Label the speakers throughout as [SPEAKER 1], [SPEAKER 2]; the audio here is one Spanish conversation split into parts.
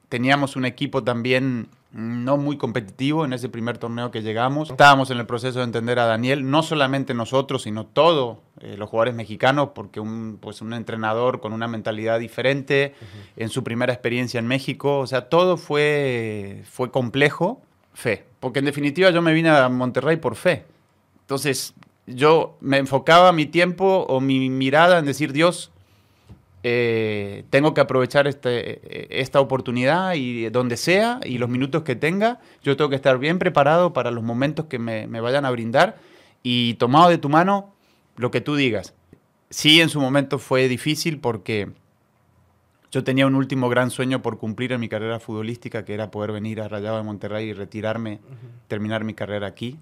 [SPEAKER 1] teníamos un equipo también no muy competitivo en ese primer torneo que llegamos. Estábamos en el proceso de entender a Daniel, no solamente nosotros, sino todos los jugadores mexicanos, porque un entrenador con una mentalidad diferente, en su primera experiencia en México, o sea, todo fue complejo. Fe, porque en definitiva yo me vine a Monterrey por fe. Entonces yo me enfocaba mi tiempo o mi mirada en decir, Dios, tengo que aprovechar esta oportunidad y donde sea y los minutos que tenga, yo tengo que estar bien preparado para los momentos que me vayan a brindar y tomado de tu mano lo que tú digas. Sí, en su momento fue difícil porque yo tenía un último gran sueño por cumplir en mi carrera futbolística, que era poder venir a Rayados de Monterrey y retirarme, terminar mi carrera aquí.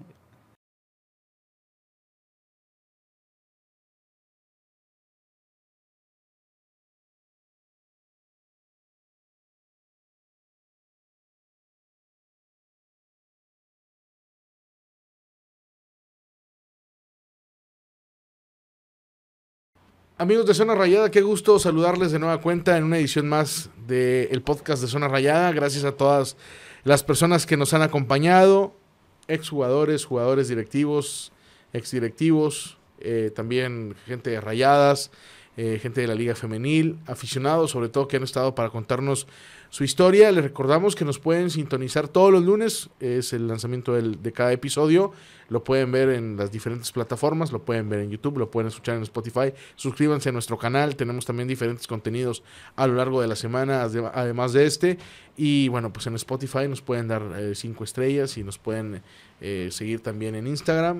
[SPEAKER 2] Amigos de Zona Rayada, qué gusto saludarles de nueva cuenta en una edición más del podcast de Zona Rayada. Gracias a todas las personas que nos han acompañado, exjugadores, jugadores directivos, exdirectivos, también gente de Rayadas, gente de la Liga Femenil, aficionados sobre todo que han estado para contarnos su historia. Les recordamos que nos pueden sintonizar todos los lunes, es el lanzamiento de cada episodio. Lo pueden ver en las diferentes plataformas, lo pueden ver en YouTube, lo pueden escuchar en Spotify. Suscríbanse a nuestro canal, tenemos también diferentes contenidos a lo largo de la semana, además de este. Y bueno, pues en Spotify nos pueden dar 5 estrellas y nos pueden seguir también en Instagram,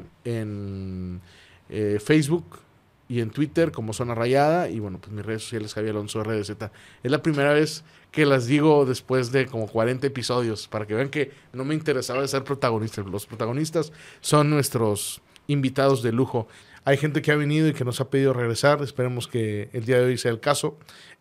[SPEAKER 2] en Facebook y en Twitter como Zona Rayada. Y bueno, pues mis redes sociales, Javier Alonso RDZ. Es la primera vez que las digo después de como 40 episodios, para que vean que no me interesaba ser protagonista. Los protagonistas son nuestros invitados de lujo. Hay gente que ha venido y que nos ha pedido regresar. Esperemos que el día de hoy sea el caso.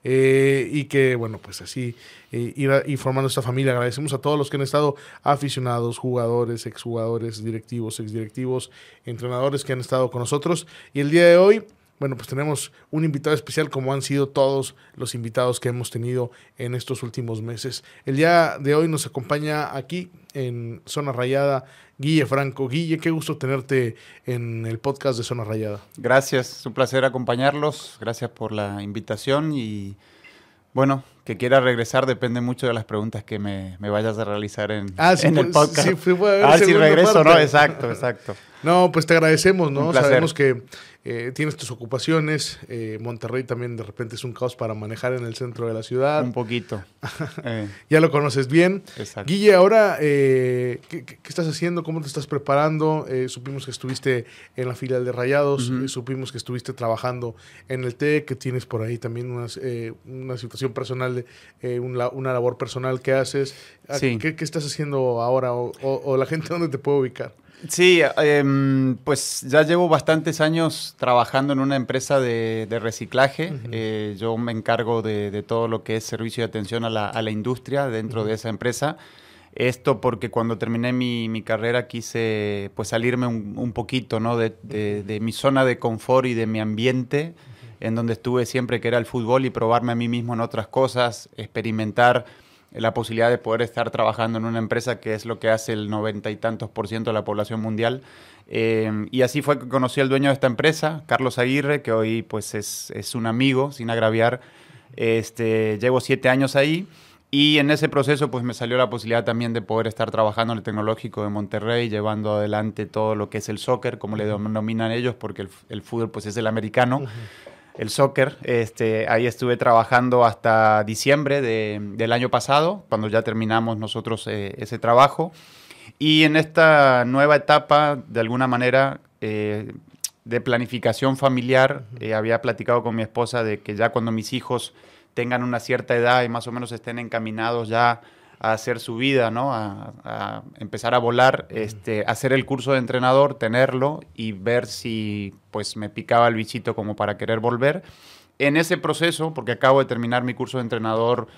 [SPEAKER 2] Y que, bueno, pues así ir formando esta familia. Agradecemos a todos los que han estado aficionados, jugadores, exjugadores, directivos, exdirectivos, entrenadores que han estado con nosotros. Y el día de hoy, bueno, pues tenemos un invitado especial, como han sido todos los invitados que hemos tenido en estos últimos meses. El día de hoy nos acompaña aquí en Zona Rayada Guille Franco. Guille, qué gusto tenerte en el podcast de Zona Rayada.
[SPEAKER 1] Gracias, es un placer acompañarlos. Gracias por la invitación y bueno, que quiera regresar depende mucho de las preguntas que me vayas a realizar en el podcast.
[SPEAKER 2] Sí, puede haber
[SPEAKER 1] si regreso,
[SPEAKER 2] parte.
[SPEAKER 1] ¿no? Exacto.
[SPEAKER 2] No, pues te agradecemos, ¿no?
[SPEAKER 1] Un placer.
[SPEAKER 2] Sabemos que tienes tus ocupaciones. Monterrey también de repente es un caos para manejar en el centro de la ciudad.
[SPEAKER 1] Un poquito.
[SPEAKER 2] Ya lo conoces bien.
[SPEAKER 1] Exacto.
[SPEAKER 2] Guille, ahora, ¿qué estás haciendo? ¿Cómo te estás preparando? Supimos que estuviste en la filial de Rayados. Supimos que estuviste trabajando en el TEC, que tienes por ahí también una situación personal, una labor personal que haces.
[SPEAKER 1] Sí.
[SPEAKER 2] ¿Qué estás haciendo ahora? O la gente, ¿dónde te puede ubicar?
[SPEAKER 1] Sí, pues ya llevo bastantes años trabajando en una empresa de reciclaje. Yo me encargo de todo lo que es servicio de atención a la industria dentro de esa empresa. Esto porque cuando terminé mi carrera quise pues salirme un poquito, ¿no? de mi zona de confort y de mi ambiente, en donde estuve siempre, que era el fútbol, y probarme a mí mismo en otras cosas, experimentar la posibilidad de poder estar trabajando en una empresa que es lo que hace el 90 y tantos % de la población mundial. Y así fue que conocí al dueño de esta empresa, Carlos Aguirre, que hoy pues es un amigo, sin agraviar. Llevo 7 años ahí y en ese proceso pues me salió la posibilidad también de poder estar trabajando en el Tecnológico de Monterrey, llevando adelante todo lo que es el soccer, como le denominan ellos, porque el fútbol pues es el americano. El soccer, ahí estuve trabajando hasta diciembre del año pasado, cuando ya terminamos nosotros ese trabajo. Y en esta nueva etapa, de alguna manera, de planificación familiar, había platicado con mi esposa de que ya cuando mis hijos tengan una cierta edad y más o menos estén encaminados ya a hacer su vida, ¿no? A empezar a volar, hacer el curso de entrenador, tenerlo y ver si pues me picaba el bichito como para querer volver. En ese proceso, porque acabo de terminar mi curso de entrenador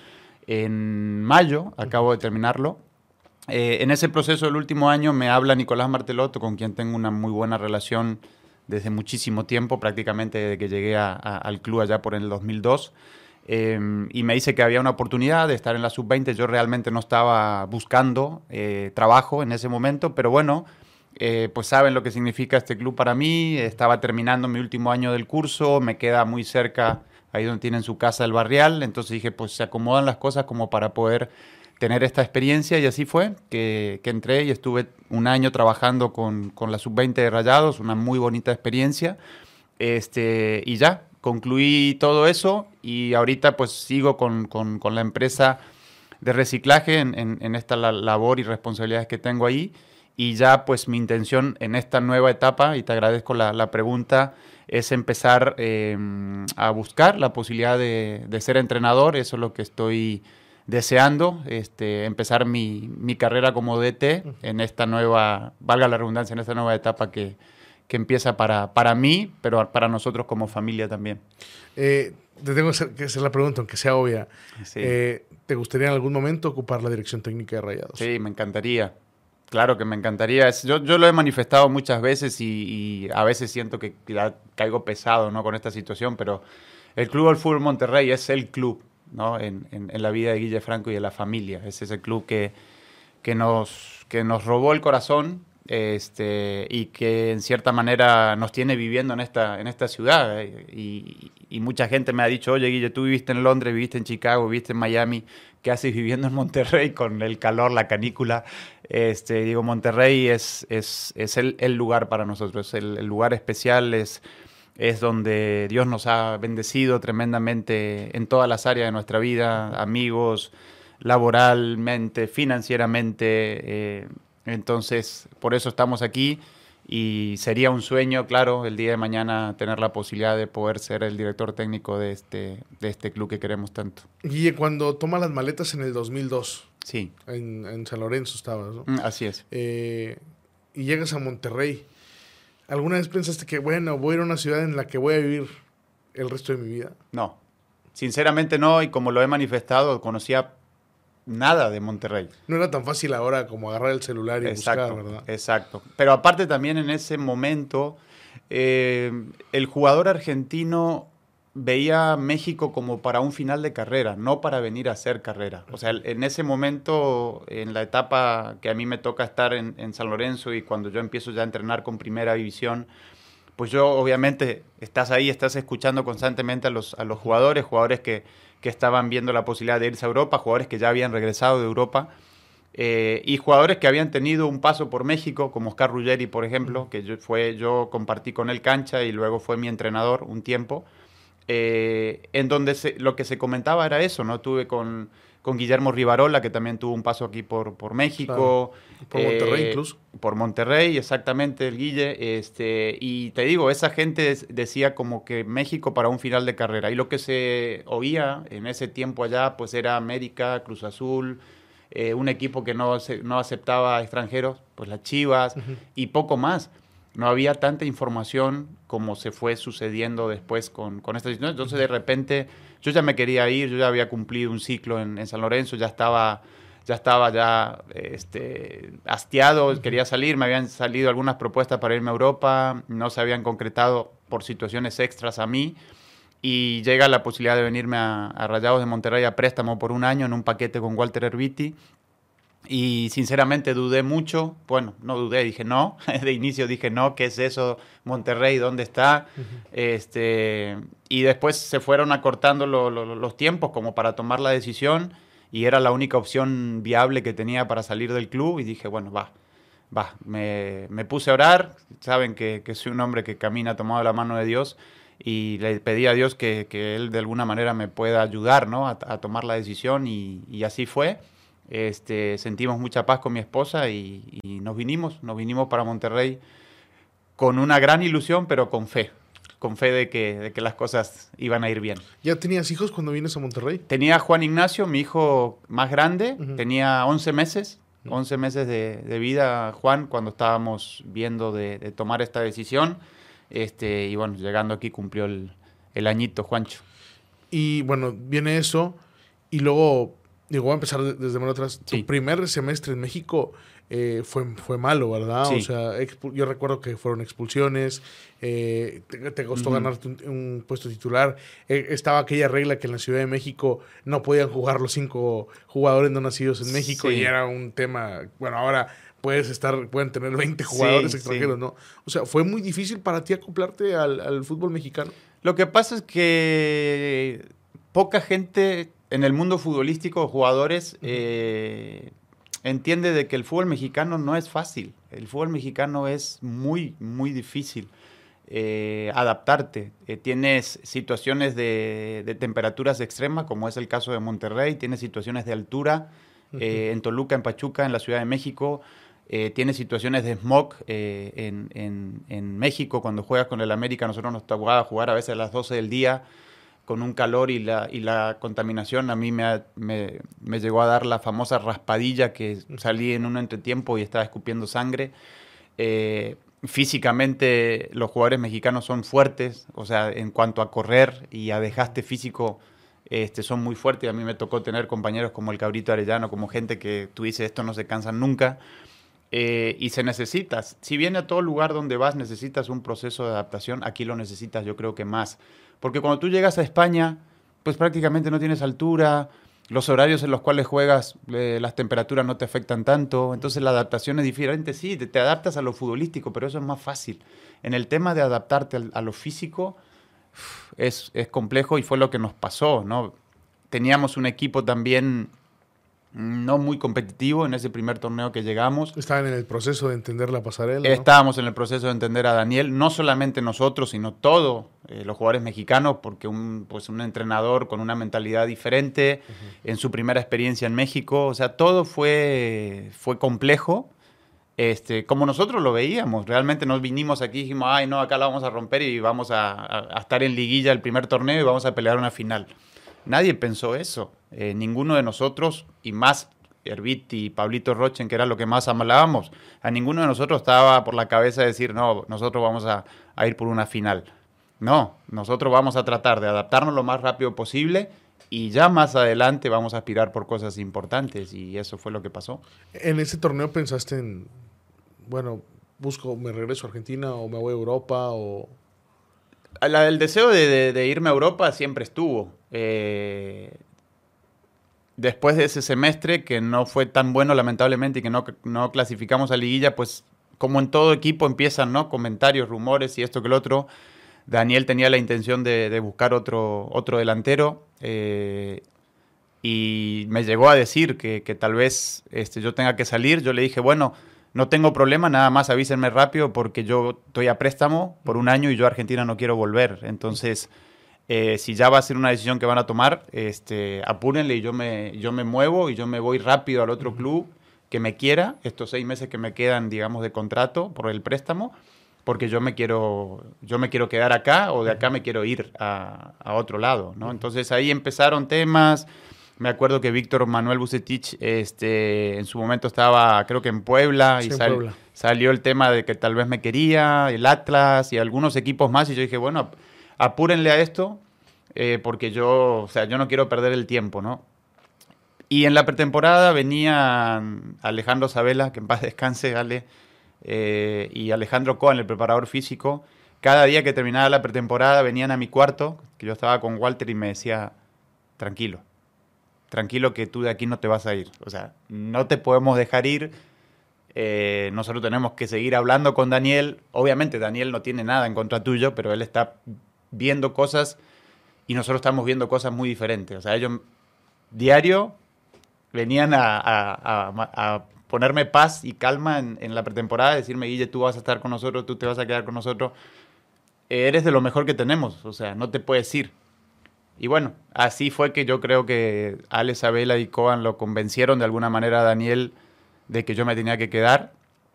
[SPEAKER 1] en mayo, acabo de terminarlo. En ese proceso del último año me habla Nicolás Martelotto, con quien tengo una muy buena relación desde muchísimo tiempo, prácticamente desde que llegué al club allá por el 2002. y me dice que había una oportunidad de estar en la sub-20. Yo realmente no estaba buscando trabajo en ese momento, pero bueno, pues saben lo que significa este club para mí. Estaba terminando mi último año del curso, me queda muy cerca, ahí donde tienen su casa, el Barrial. Entonces dije, pues se acomodan las cosas como para poder tener esta experiencia, y así fue que entré y estuve un año trabajando con la sub-20 de Rayados, una muy bonita experiencia. Y ya, concluí todo eso y ahorita pues sigo con la empresa de reciclaje en esta labor y responsabilidades que tengo ahí, y ya pues mi intención en esta nueva etapa, y te agradezco la pregunta, es empezar a buscar la posibilidad de ser entrenador. Eso es lo que estoy deseando, empezar mi carrera como DT en esta nueva, valga la redundancia, en esta nueva etapa que empieza para mí, pero para nosotros como familia también.
[SPEAKER 2] Te tengo que hacer la pregunta, aunque sea obvia.
[SPEAKER 1] Sí.
[SPEAKER 2] ¿Te gustaría en algún momento ocupar la dirección técnica de Rayados?
[SPEAKER 1] Sí, me encantaría. Claro que me encantaría. Yo lo he manifestado muchas veces y a veces siento que ya caigo pesado, ¿no?, con esta situación, pero el Club del Fútbol Monterrey es el club, ¿no?, en la vida de Guille Franco y de la familia. Es ese club que nos robó el corazón, y que en cierta manera nos tiene viviendo en esta ciudad. Y mucha gente me ha dicho, oye, Guille, tú viviste en Londres, viviste en Chicago, viviste en Miami, ¿qué haces viviendo en Monterrey con el calor, la canícula? Digo, Monterrey es el lugar para nosotros, el lugar especial, es donde Dios nos ha bendecido tremendamente en todas las áreas de nuestra vida, amigos, laboralmente, financieramente. Entonces, por eso estamos aquí, y sería un sueño, claro, el día de mañana tener la posibilidad de poder ser el director técnico de este club que queremos tanto.
[SPEAKER 2] Guille, cuando tomas las maletas en el 2002,
[SPEAKER 1] sí,
[SPEAKER 2] en San Lorenzo estabas, ¿no?
[SPEAKER 1] Así es.
[SPEAKER 2] Y llegas a Monterrey, ¿alguna vez pensaste que, bueno, voy a ir a una ciudad en la que voy a vivir el resto de mi vida?
[SPEAKER 1] No, sinceramente no, y como lo he manifestado, conocía nada de Monterrey.
[SPEAKER 2] No era tan fácil ahora como agarrar el celular y buscar, ¿verdad?
[SPEAKER 1] Exacto. Pero aparte también en ese momento, el jugador argentino veía México como para un final de carrera, no para venir a hacer carrera. O sea, en ese momento, en la etapa que a mí me toca estar en San Lorenzo, y cuando yo empiezo ya a entrenar con Primera División, pues yo obviamente estás ahí, estás escuchando constantemente a los jugadores que estaban viendo la posibilidad de irse a Europa, jugadores que ya habían regresado de Europa, y jugadores que habían tenido un paso por México, como Oscar Ruggeri, por ejemplo, que yo compartí con él cancha y luego fue mi entrenador un tiempo, en donde lo que se comentaba era eso, ¿no? Tuve con Guillermo Rivarola, que también tuvo un paso aquí por México.
[SPEAKER 2] Claro. Por Monterrey incluso.
[SPEAKER 1] Por Monterrey, exactamente, el Guille. Y te digo, esa gente decía como que México para un final de carrera. Y lo que se oía en ese tiempo allá, pues era América, Cruz Azul, un equipo que no aceptaba extranjeros, pues las Chivas, y poco más. No había tanta información como se fue sucediendo después con esta situación. Entonces, de repente, yo ya me quería ir, yo ya había cumplido un ciclo en San Lorenzo, ya estaba hastiado, quería salir, me habían salido algunas propuestas para irme a Europa, no se habían concretado por situaciones extras a mí, y llega la posibilidad de venirme a Rayados de Monterrey a préstamo por un año en un paquete con Walter Erviti. Y sinceramente dudé mucho, bueno, no dudé, dije no, de inicio dije no, ¿qué es eso? Monterrey, ¿dónde está? Y después se fueron acortando los tiempos como para tomar la decisión, y era la única opción viable que tenía para salir del club, y dije, bueno, me puse a orar, saben que soy un hombre que camina tomado de la mano de Dios, y le pedí a Dios que Él de alguna manera me pueda ayudar, ¿no?, a tomar la decisión, y así fue. Sentimos mucha paz con mi esposa y nos vinimos para Monterrey con una gran ilusión, pero con fe de que las cosas iban a ir bien.
[SPEAKER 2] ¿Ya tenías hijos cuando vienes a Monterrey?
[SPEAKER 1] Tenía a Juan Ignacio, mi hijo más grande, tenía 11 meses, 11 meses de vida Juan, cuando estábamos viendo de tomar esta decisión, y bueno, llegando aquí cumplió el añito Juancho.
[SPEAKER 2] Y bueno, viene eso, y luego Digo, voy a empezar desde muy atrás.
[SPEAKER 1] Sí.
[SPEAKER 2] Tu primer semestre en México fue malo, ¿verdad?
[SPEAKER 1] Sí.
[SPEAKER 2] O sea, yo recuerdo que fueron expulsiones, te costó ganarte un puesto titular. Estaba aquella regla que en la Ciudad de México no podían jugar los 5 jugadores no nacidos en México,
[SPEAKER 1] Sí.
[SPEAKER 2] y era un tema. Bueno, ahora pueden tener 20 jugadores extranjeros,
[SPEAKER 1] sí.
[SPEAKER 2] ¿no? O sea, ¿fue muy difícil para ti acoplarte al fútbol mexicano?
[SPEAKER 1] Lo que pasa es que poca gente en el mundo futbolístico, jugadores, entiende de que el fútbol mexicano no es fácil. El fútbol mexicano es muy, muy difícil adaptarte. Tienes situaciones de temperaturas extremas, como es el caso de Monterrey, tienes situaciones de altura en Toluca, en Pachuca, en la Ciudad de México. Tiene situaciones de smog en México. Cuando juegas con el América, nosotros nos tocaba jugar a veces a las 12 del día con un calor y la contaminación. A mí me llegó a dar la famosa raspadilla, que salí en un entretiempo y estaba escupiendo sangre. Físicamente los jugadores mexicanos son fuertes, o sea, en cuanto a correr y a desgaste físico, son muy fuertes. A mí me tocó tener compañeros como el Cabrito Arellano, como gente que tú dices, estos no se cansan nunca. Y se necesita, si bien a todo lugar donde vas necesitas un proceso de adaptación, aquí lo necesitas yo creo que más. Porque cuando tú llegas a España, pues prácticamente no tienes altura, los horarios en los cuales juegas, las temperaturas no te afectan tanto, entonces la adaptación es diferente. Sí, te adaptas a lo futbolístico, pero eso es más fácil. En el tema de adaptarte a lo físico es complejo, y fue lo que nos pasó, ¿no? Teníamos un equipo también no muy competitivo en ese primer torneo que llegamos.
[SPEAKER 2] Estaban en el proceso de entender la pasarela, ¿no?
[SPEAKER 1] Estábamos en el proceso de entender a Daniel, no solamente nosotros, sino todos los jugadores mexicanos, porque un entrenador con una mentalidad diferente, en su primera experiencia en México, o sea, todo fue complejo, como nosotros lo veíamos. Realmente nos vinimos aquí y dijimos, ay no, acá la vamos a romper y vamos a estar en liguilla el primer torneo y vamos a pelear una final. Nadie pensó eso, ninguno de nosotros, y más Herbit y Pablito Rochen, que era lo que más hablábamos, a ninguno de nosotros estaba por la cabeza decir, no, nosotros vamos a ir por una final. No, nosotros vamos a tratar de adaptarnos lo más rápido posible y ya más adelante vamos a aspirar por cosas importantes, y eso fue lo que pasó.
[SPEAKER 2] ¿En ese torneo pensaste en, bueno, me regreso a Argentina o me voy a Europa o...?
[SPEAKER 1] El deseo de irme a Europa siempre estuvo. Después de ese semestre, que no fue tan bueno lamentablemente y que no clasificamos a liguilla, pues como en todo equipo empiezan, ¿no?, comentarios, rumores y esto que el otro. Daniel tenía la intención de buscar otro delantero, y me llegó a decir que tal vez yo tenga que salir. Yo le dije, bueno, no tengo problema, nada más avísenme rápido porque yo estoy a préstamo por 1 año y yo a Argentina no quiero volver. Entonces, si ya va a ser una decisión que van a tomar, apúrenle y yo me muevo y yo me voy rápido al otro club que me quiera, estos 6 meses que me quedan, digamos, de contrato por el préstamo, porque yo me quiero quedar acá, o de acá me quiero ir a otro lado, ¿no? Entonces ahí empezaron temas. Me acuerdo que Víctor Manuel Vucetich en su momento estaba, creo que en Puebla,
[SPEAKER 2] Sí,
[SPEAKER 1] y
[SPEAKER 2] en Puebla.
[SPEAKER 1] salió el tema de que tal vez me quería, el Atlas y algunos equipos más, y yo dije, bueno, apúrenle a esto, porque yo no quiero perder el tiempo, ¿no? Y en la pretemporada venían Alejandro Sabela, que en paz descanse, Ale, y Alejandro Cohen, el preparador físico. Cada día que terminaba la pretemporada venían a mi cuarto, que yo estaba con Walter, y me decía, tranquilo que tú de aquí no te vas a ir. O sea, no te podemos dejar ir. Nosotros tenemos que seguir hablando con Daniel. Obviamente Daniel no tiene nada en contra tuyo, pero él está viendo cosas y nosotros estamos viendo cosas muy diferentes. O sea, ellos diario venían a ponerme paz y calma en la pretemporada, decirme, Guille, tú vas a estar con nosotros, tú te vas a quedar con nosotros. Eres de lo mejor que tenemos, o sea, no te puedes ir. Y bueno, así fue que yo creo que Ale, Sabela y Cohen lo convencieron de alguna manera a Daniel de que yo me tenía que quedar.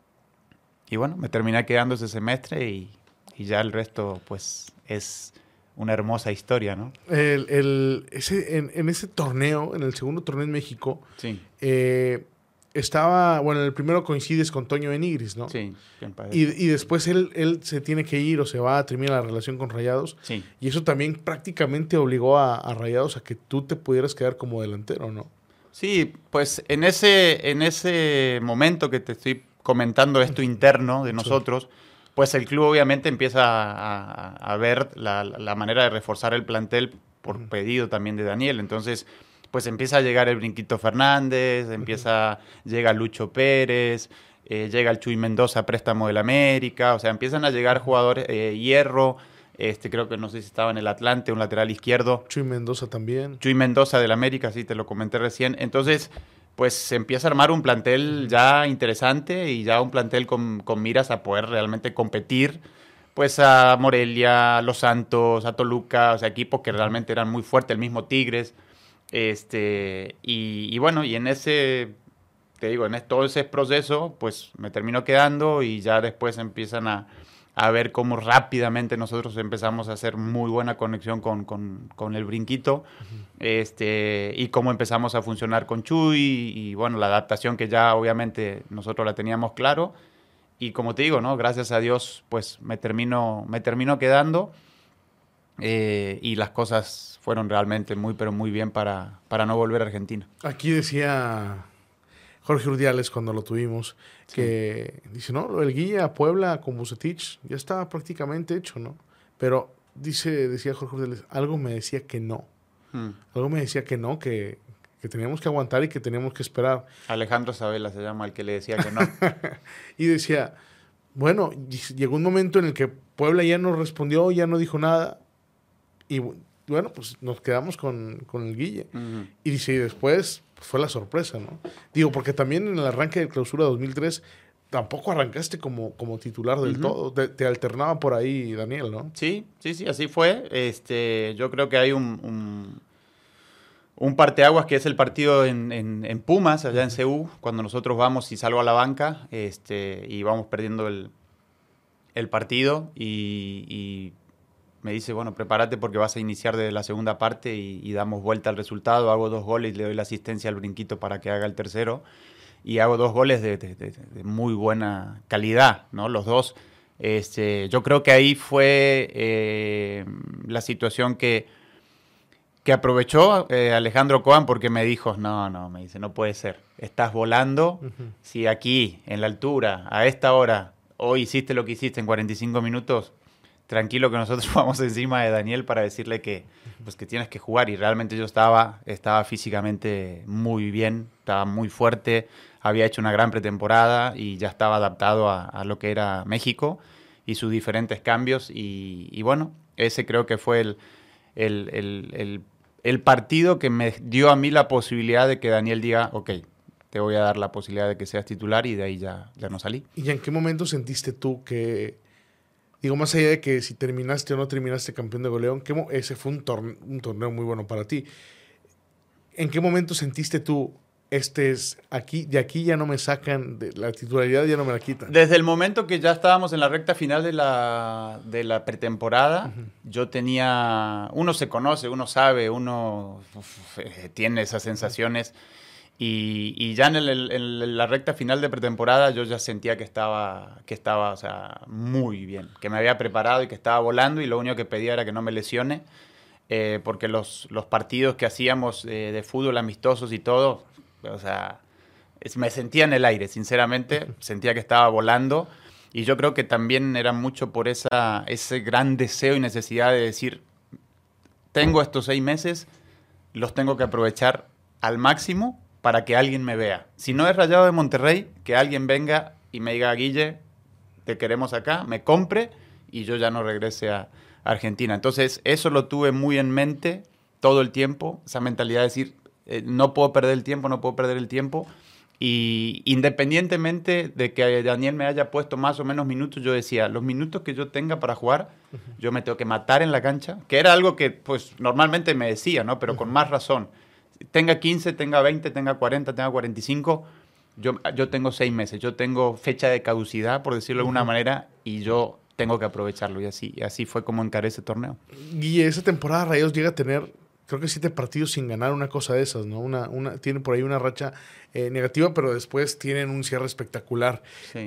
[SPEAKER 1] Y bueno, me terminé quedando ese semestre y ya el resto pues es una hermosa historia, ¿no?
[SPEAKER 2] En ese torneo, en el segundo torneo en México,
[SPEAKER 1] Sí.
[SPEAKER 2] Estaba, bueno, en el primero coincides con Toño Benigris, ¿no?
[SPEAKER 1] Sí.
[SPEAKER 2] Y después él se tiene que ir o se va, termina la relación con Rayados.
[SPEAKER 1] Sí.
[SPEAKER 2] Y eso también prácticamente obligó a Rayados a que tú te pudieras quedar como delantero, ¿no?
[SPEAKER 1] Sí, pues en ese momento que te estoy comentando esto interno de nosotros, pues el club obviamente empieza a ver la manera de reforzar el plantel por pedido también de Daniel. Entonces, pues empieza a llegar el Brinquito Fernández, llega Lucho Pérez, llega el Chuy Mendoza, préstamo del América, o sea, empiezan a llegar jugadores, Hierro, creo que no sé si estaba en el Atlante, un lateral izquierdo.
[SPEAKER 2] Chuy Mendoza también.
[SPEAKER 1] Chuy Mendoza del América, sí, te lo comenté recién. Entonces, pues se empieza a armar un plantel ya interesante y ya un plantel con miras a poder realmente competir, pues a Morelia, a Los Santos, a Toluca, o sea, equipos que realmente eran muy fuertes, el mismo Tigres. Y bueno, y en ese, te digo, todo ese proceso, pues me termino quedando y ya después empiezan a ver cómo rápidamente nosotros empezamos a hacer muy buena conexión con el Brinquito, y cómo empezamos a funcionar con Chuy y bueno, la adaptación que ya obviamente nosotros la teníamos claro y como te digo, ¿no? Gracias a Dios pues me termino quedando, y las cosas fueron realmente muy pero muy bien para no volver a Argentina.
[SPEAKER 2] Aquí decía Jorge Urdiales cuando lo tuvimos, que dice, no, el guía a Puebla con Vucetich ya estaba prácticamente hecho, ¿no? Pero decía Jorge Urdiales, algo me decía que no. Algo me decía que no, que teníamos que aguantar y que teníamos que esperar.
[SPEAKER 1] Alejandro Sabela se llama el que le decía que no.
[SPEAKER 2] Y decía, bueno, llegó un momento en el que Puebla ya no respondió, ya no dijo nada. Y bueno, pues nos quedamos con el Guille. Y dice, y después pues fue la sorpresa, ¿no? Digo, porque también en el arranque de Clausura 2003 tampoco arrancaste como titular del todo. Te alternaba por ahí Daniel, ¿no?
[SPEAKER 1] Sí, así fue. Yo creo que hay un parteaguas que es el partido en Pumas, allá en CU, cuando nosotros vamos y salgo a la banca, y vamos perdiendo el partido y me dice, bueno, prepárate porque vas a iniciar desde la segunda parte y damos vuelta al resultado, hago 2 goles y le doy la asistencia al Brinquito para que haga el tercero y hago 2 goles de muy buena calidad, ¿no? Los dos. Yo creo que ahí fue la situación que aprovechó Alejandro Coan porque me dijo, me dice, no puede ser, estás volando, si aquí, en la altura, a esta hora, hoy hiciste lo que hiciste en 45 minutos, tranquilo que nosotros vamos encima de Daniel para decirle que tienes que jugar. Y realmente yo estaba físicamente muy bien, estaba muy fuerte, había hecho una gran pretemporada y ya estaba adaptado a lo que era México y sus diferentes cambios. Y bueno, ese creo que fue el partido que me dio a mí la posibilidad de que Daniel diga, ok, te voy a dar la posibilidad de que seas titular, y de ahí ya no salí.
[SPEAKER 2] ¿Y en qué momento sentiste tú que, digo, más allá de que si terminaste o no terminaste campeón de goleo, ese fue un torneo muy bueno para ti, ¿en qué momento sentiste tú, de aquí ya no me sacan, de la titularidad ya no me la quitan?
[SPEAKER 1] Desde el momento que ya estábamos en la recta final de la pretemporada, yo tenía, uno se conoce, uno sabe, uno tiene esas sensaciones, y ya en la recta final de pretemporada yo ya sentía que estaba, o sea, muy bien, que me había preparado y que estaba volando, y lo único que pedía era que no me lesione, porque los partidos que hacíamos de fútbol amistosos y todo, o sea, me sentía en el aire, sinceramente, sentía que estaba volando, y yo creo que también era mucho por ese gran deseo y necesidad de decir, tengo estos 6 meses, los tengo que aprovechar al máximo para que alguien me vea. Si no es Rayado de Monterrey, que alguien venga y me diga, Guille, te queremos acá, me compre y yo ya no regrese a Argentina. Entonces, eso lo tuve muy en mente todo el tiempo, esa mentalidad de decir, no puedo perder el tiempo. Y independientemente de que Daniel me haya puesto más o menos minutos, yo decía, los minutos que yo tenga para jugar, yo me tengo que matar en la cancha, que era algo que pues normalmente me decía, ¿no? Pero con más razón. Tenga 15, tenga 20, tenga 40, tenga 45, yo tengo 6 meses, yo tengo fecha de caducidad, por decirlo de alguna manera, y yo tengo que aprovecharlo, y así fue como encaré ese torneo.
[SPEAKER 2] Y esa temporada Rayados llega a tener, creo que 7 partidos sin ganar, una cosa de esas, ¿no? Tienen por ahí una racha negativa, pero después tienen un cierre espectacular.
[SPEAKER 1] Sí.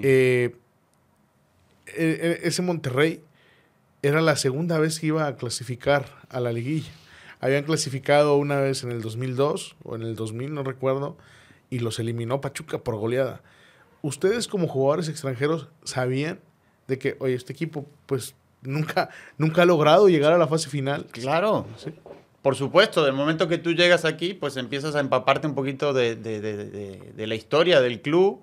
[SPEAKER 2] Ese Monterrey era la segunda vez que iba a clasificar a la liguilla. Habían clasificado una vez en el 2002 o en el 2000, no recuerdo, y los eliminó Pachuca por goleada. ¿Ustedes como jugadores extranjeros sabían de que, oye, este equipo pues nunca ha logrado llegar a la fase final?
[SPEAKER 1] Claro,
[SPEAKER 2] ¿Sí?
[SPEAKER 1] Por supuesto, del momento que tú llegas aquí, pues empiezas a empaparte un poquito de la historia del club.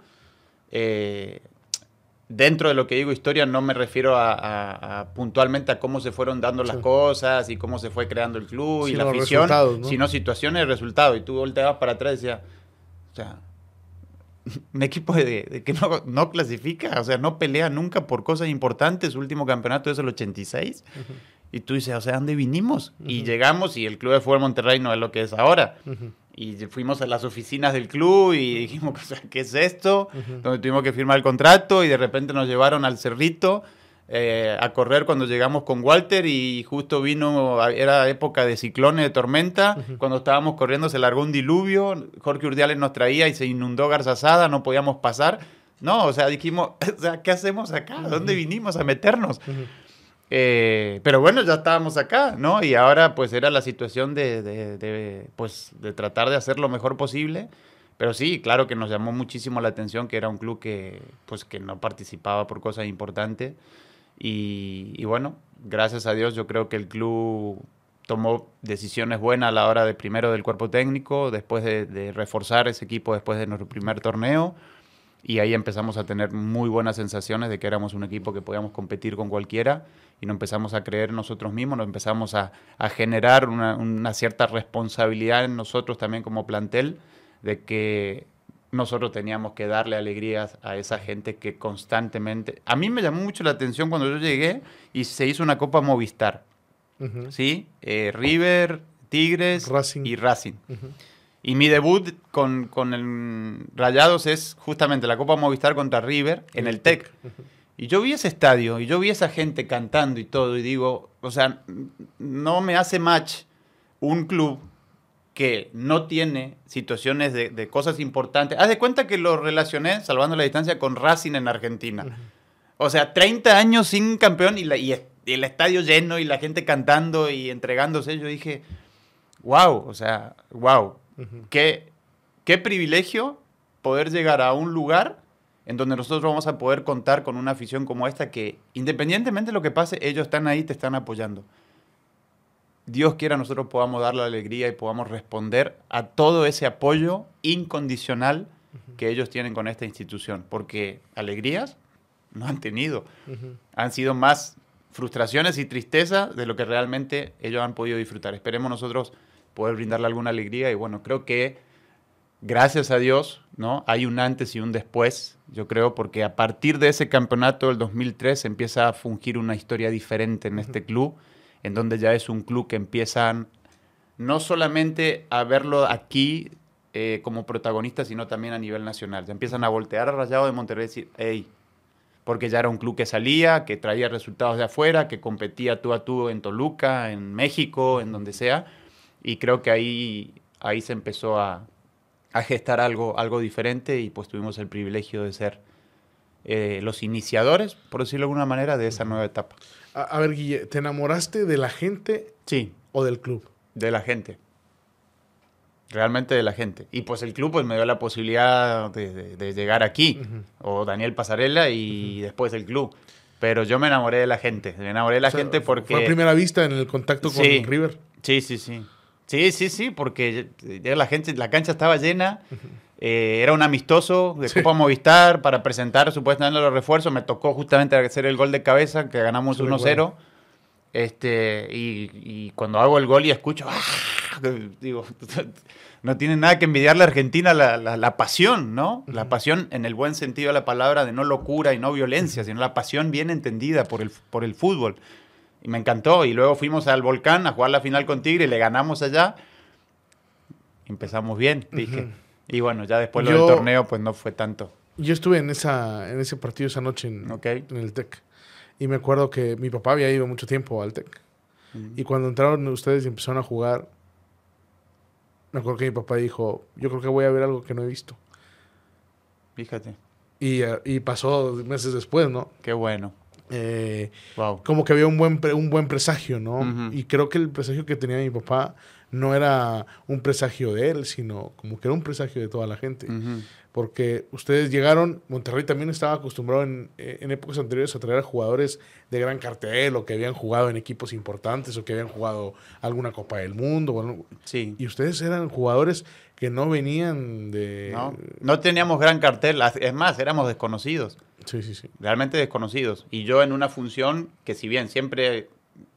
[SPEAKER 1] Dentro de lo que digo historia, no me refiero a puntualmente a cómo se fueron dando las cosas y cómo se fue creando el club y la afición,
[SPEAKER 2] ¿no?
[SPEAKER 1] Sino situaciones y resultados. Y tú volteabas para atrás y decías, o sea, un equipo de que no clasifica, o sea, no pelea nunca por cosas importantes. Su último campeonato es el 86. Uh-huh. Y tú dices, o sea, ¿dónde vinimos? Uh-huh. Y llegamos y el Club de Fútbol Monterrey no es lo que es ahora. Uh-huh. Y fuimos a las oficinas del club y dijimos, o sea, ¿qué es esto? Uh-huh. Donde tuvimos que firmar el contrato y de repente nos llevaron al Cerrito a correr cuando llegamos con Walter y justo era época de ciclones, de tormenta. Uh-huh. Cuando estábamos corriendo se largó un diluvio, Jorge Urdiales nos traía y se inundó Garzazada, no podíamos pasar. No, o sea, dijimos, o sea, ¿qué hacemos acá? ¿A dónde vinimos a meternos? Uh-huh. Pero bueno, ya estábamos acá, ¿no? Y ahora pues era la situación de tratar de hacer lo mejor posible. Pero sí, claro que nos llamó muchísimo la atención que era un club que no participaba por cosas importantes. Y bueno, gracias a Dios yo creo que el club tomó decisiones buenas a la hora de primero del cuerpo técnico, después de reforzar ese equipo después de nuestro primer torneo. Y ahí empezamos a tener muy buenas sensaciones de que éramos un equipo que podíamos competir con cualquiera y nos empezamos a creer nosotros mismos, nos empezamos a generar una cierta responsabilidad en nosotros también como plantel de que nosotros teníamos que darle alegrías a esa gente que constantemente... A mí me llamó mucho la atención cuando yo llegué y se hizo una Copa Movistar, uh-huh. ¿Sí? River, Tigres y Racing. Uh-huh. Y mi debut con el Rayados es justamente la Copa Movistar contra River en el TEC. Y yo vi ese estadio y yo vi esa gente cantando y todo y digo, o sea, no me hace match un club que no tiene situaciones de cosas importantes. Haz de cuenta que lo relacioné, salvando la distancia, con Racing en Argentina. O sea, 30 años sin campeón y el estadio lleno y la gente cantando y entregándose. Yo dije, wow, o sea, wow. Uh-huh. Qué privilegio poder llegar a un lugar en donde nosotros vamos a poder contar con una afición como esta que, independientemente de lo que pase, ellos están ahí, te están apoyando. Dios quiera nosotros podamos dar la alegría y podamos responder a todo ese apoyo incondicional uh-huh. que ellos tienen con esta institución, porque alegrías no han tenido. Uh-huh. Han sido más frustraciones y tristeza de lo que realmente ellos han podido disfrutar. Esperemos nosotros poder brindarle alguna alegría y bueno, creo que gracias a Dios, ¿no? Hay un antes y un después, yo creo, porque a partir de ese campeonato del 2003 empieza a fungir una historia diferente en este club, en donde ya es un club que empiezan no solamente a verlo aquí como protagonista, sino también a nivel nacional. Ya empiezan a voltear a Rayados de Monterrey y decir, hey, porque ya era un club que salía, que traía resultados de afuera, que competía tú a tú en Toluca, en México, en donde sea. Y creo que ahí se empezó a gestar algo diferente y pues tuvimos el privilegio de ser los iniciadores, por decirlo de alguna manera, de esa nueva etapa.
[SPEAKER 2] A ver, Guille, ¿te enamoraste de la gente
[SPEAKER 1] sí.
[SPEAKER 2] o del club?
[SPEAKER 1] De la gente. Realmente de la gente. Y pues el club pues, me dio la posibilidad de llegar aquí, uh-huh. o Daniel Pasarela y uh-huh. después el club. Pero yo me enamoré de la gente. Me enamoré de la gente porque...
[SPEAKER 2] Fue a primera vista en el contacto con River.
[SPEAKER 1] Sí. Sí, porque la cancha estaba llena, era un amistoso de Copa Movistar para presentar supuestamente los refuerzos. Me tocó justamente hacer el gol de cabeza, que ganamos 1-0. Y cuando hago el gol y escucho, digo, no tiene nada que envidiarle a Argentina la pasión, ¿no? La pasión en el buen sentido de la palabra, de no locura y no violencia, sino la pasión bien entendida por el fútbol. Y me encantó. Y luego fuimos al Volcán a jugar la final con Tigre y le ganamos allá. Empezamos bien, dije. Uh-huh. Y bueno, ya después del torneo pues no fue tanto.
[SPEAKER 2] Yo estuve en ese partido esa noche en el TEC. Y me acuerdo que mi papá había ido mucho tiempo al TEC. Uh-huh. Y cuando entraron ustedes y empezaron a jugar, me acuerdo que mi papá dijo, yo creo que voy a ver algo que no he visto.
[SPEAKER 1] Fíjate.
[SPEAKER 2] Y pasó meses después, ¿no?
[SPEAKER 1] Qué bueno. Wow.
[SPEAKER 2] Como que había un buen presagio, ¿no?
[SPEAKER 1] Ujú.
[SPEAKER 2] Y creo que el presagio que tenía mi papá no era un presagio de él, sino como que era un presagio de toda la gente.
[SPEAKER 1] Ujú.
[SPEAKER 2] Porque ustedes llegaron, Monterrey también estaba acostumbrado en épocas anteriores a traer a jugadores de gran cartel o que habían jugado en equipos importantes o que habían jugado alguna Copa del Mundo. Bueno,
[SPEAKER 1] Sí.
[SPEAKER 2] y ustedes eran jugadores que no venían de...
[SPEAKER 1] No teníamos gran cartel, es más, éramos desconocidos,
[SPEAKER 2] Sí, sí, sí.
[SPEAKER 1] realmente desconocidos. Y yo en una función que si bien siempre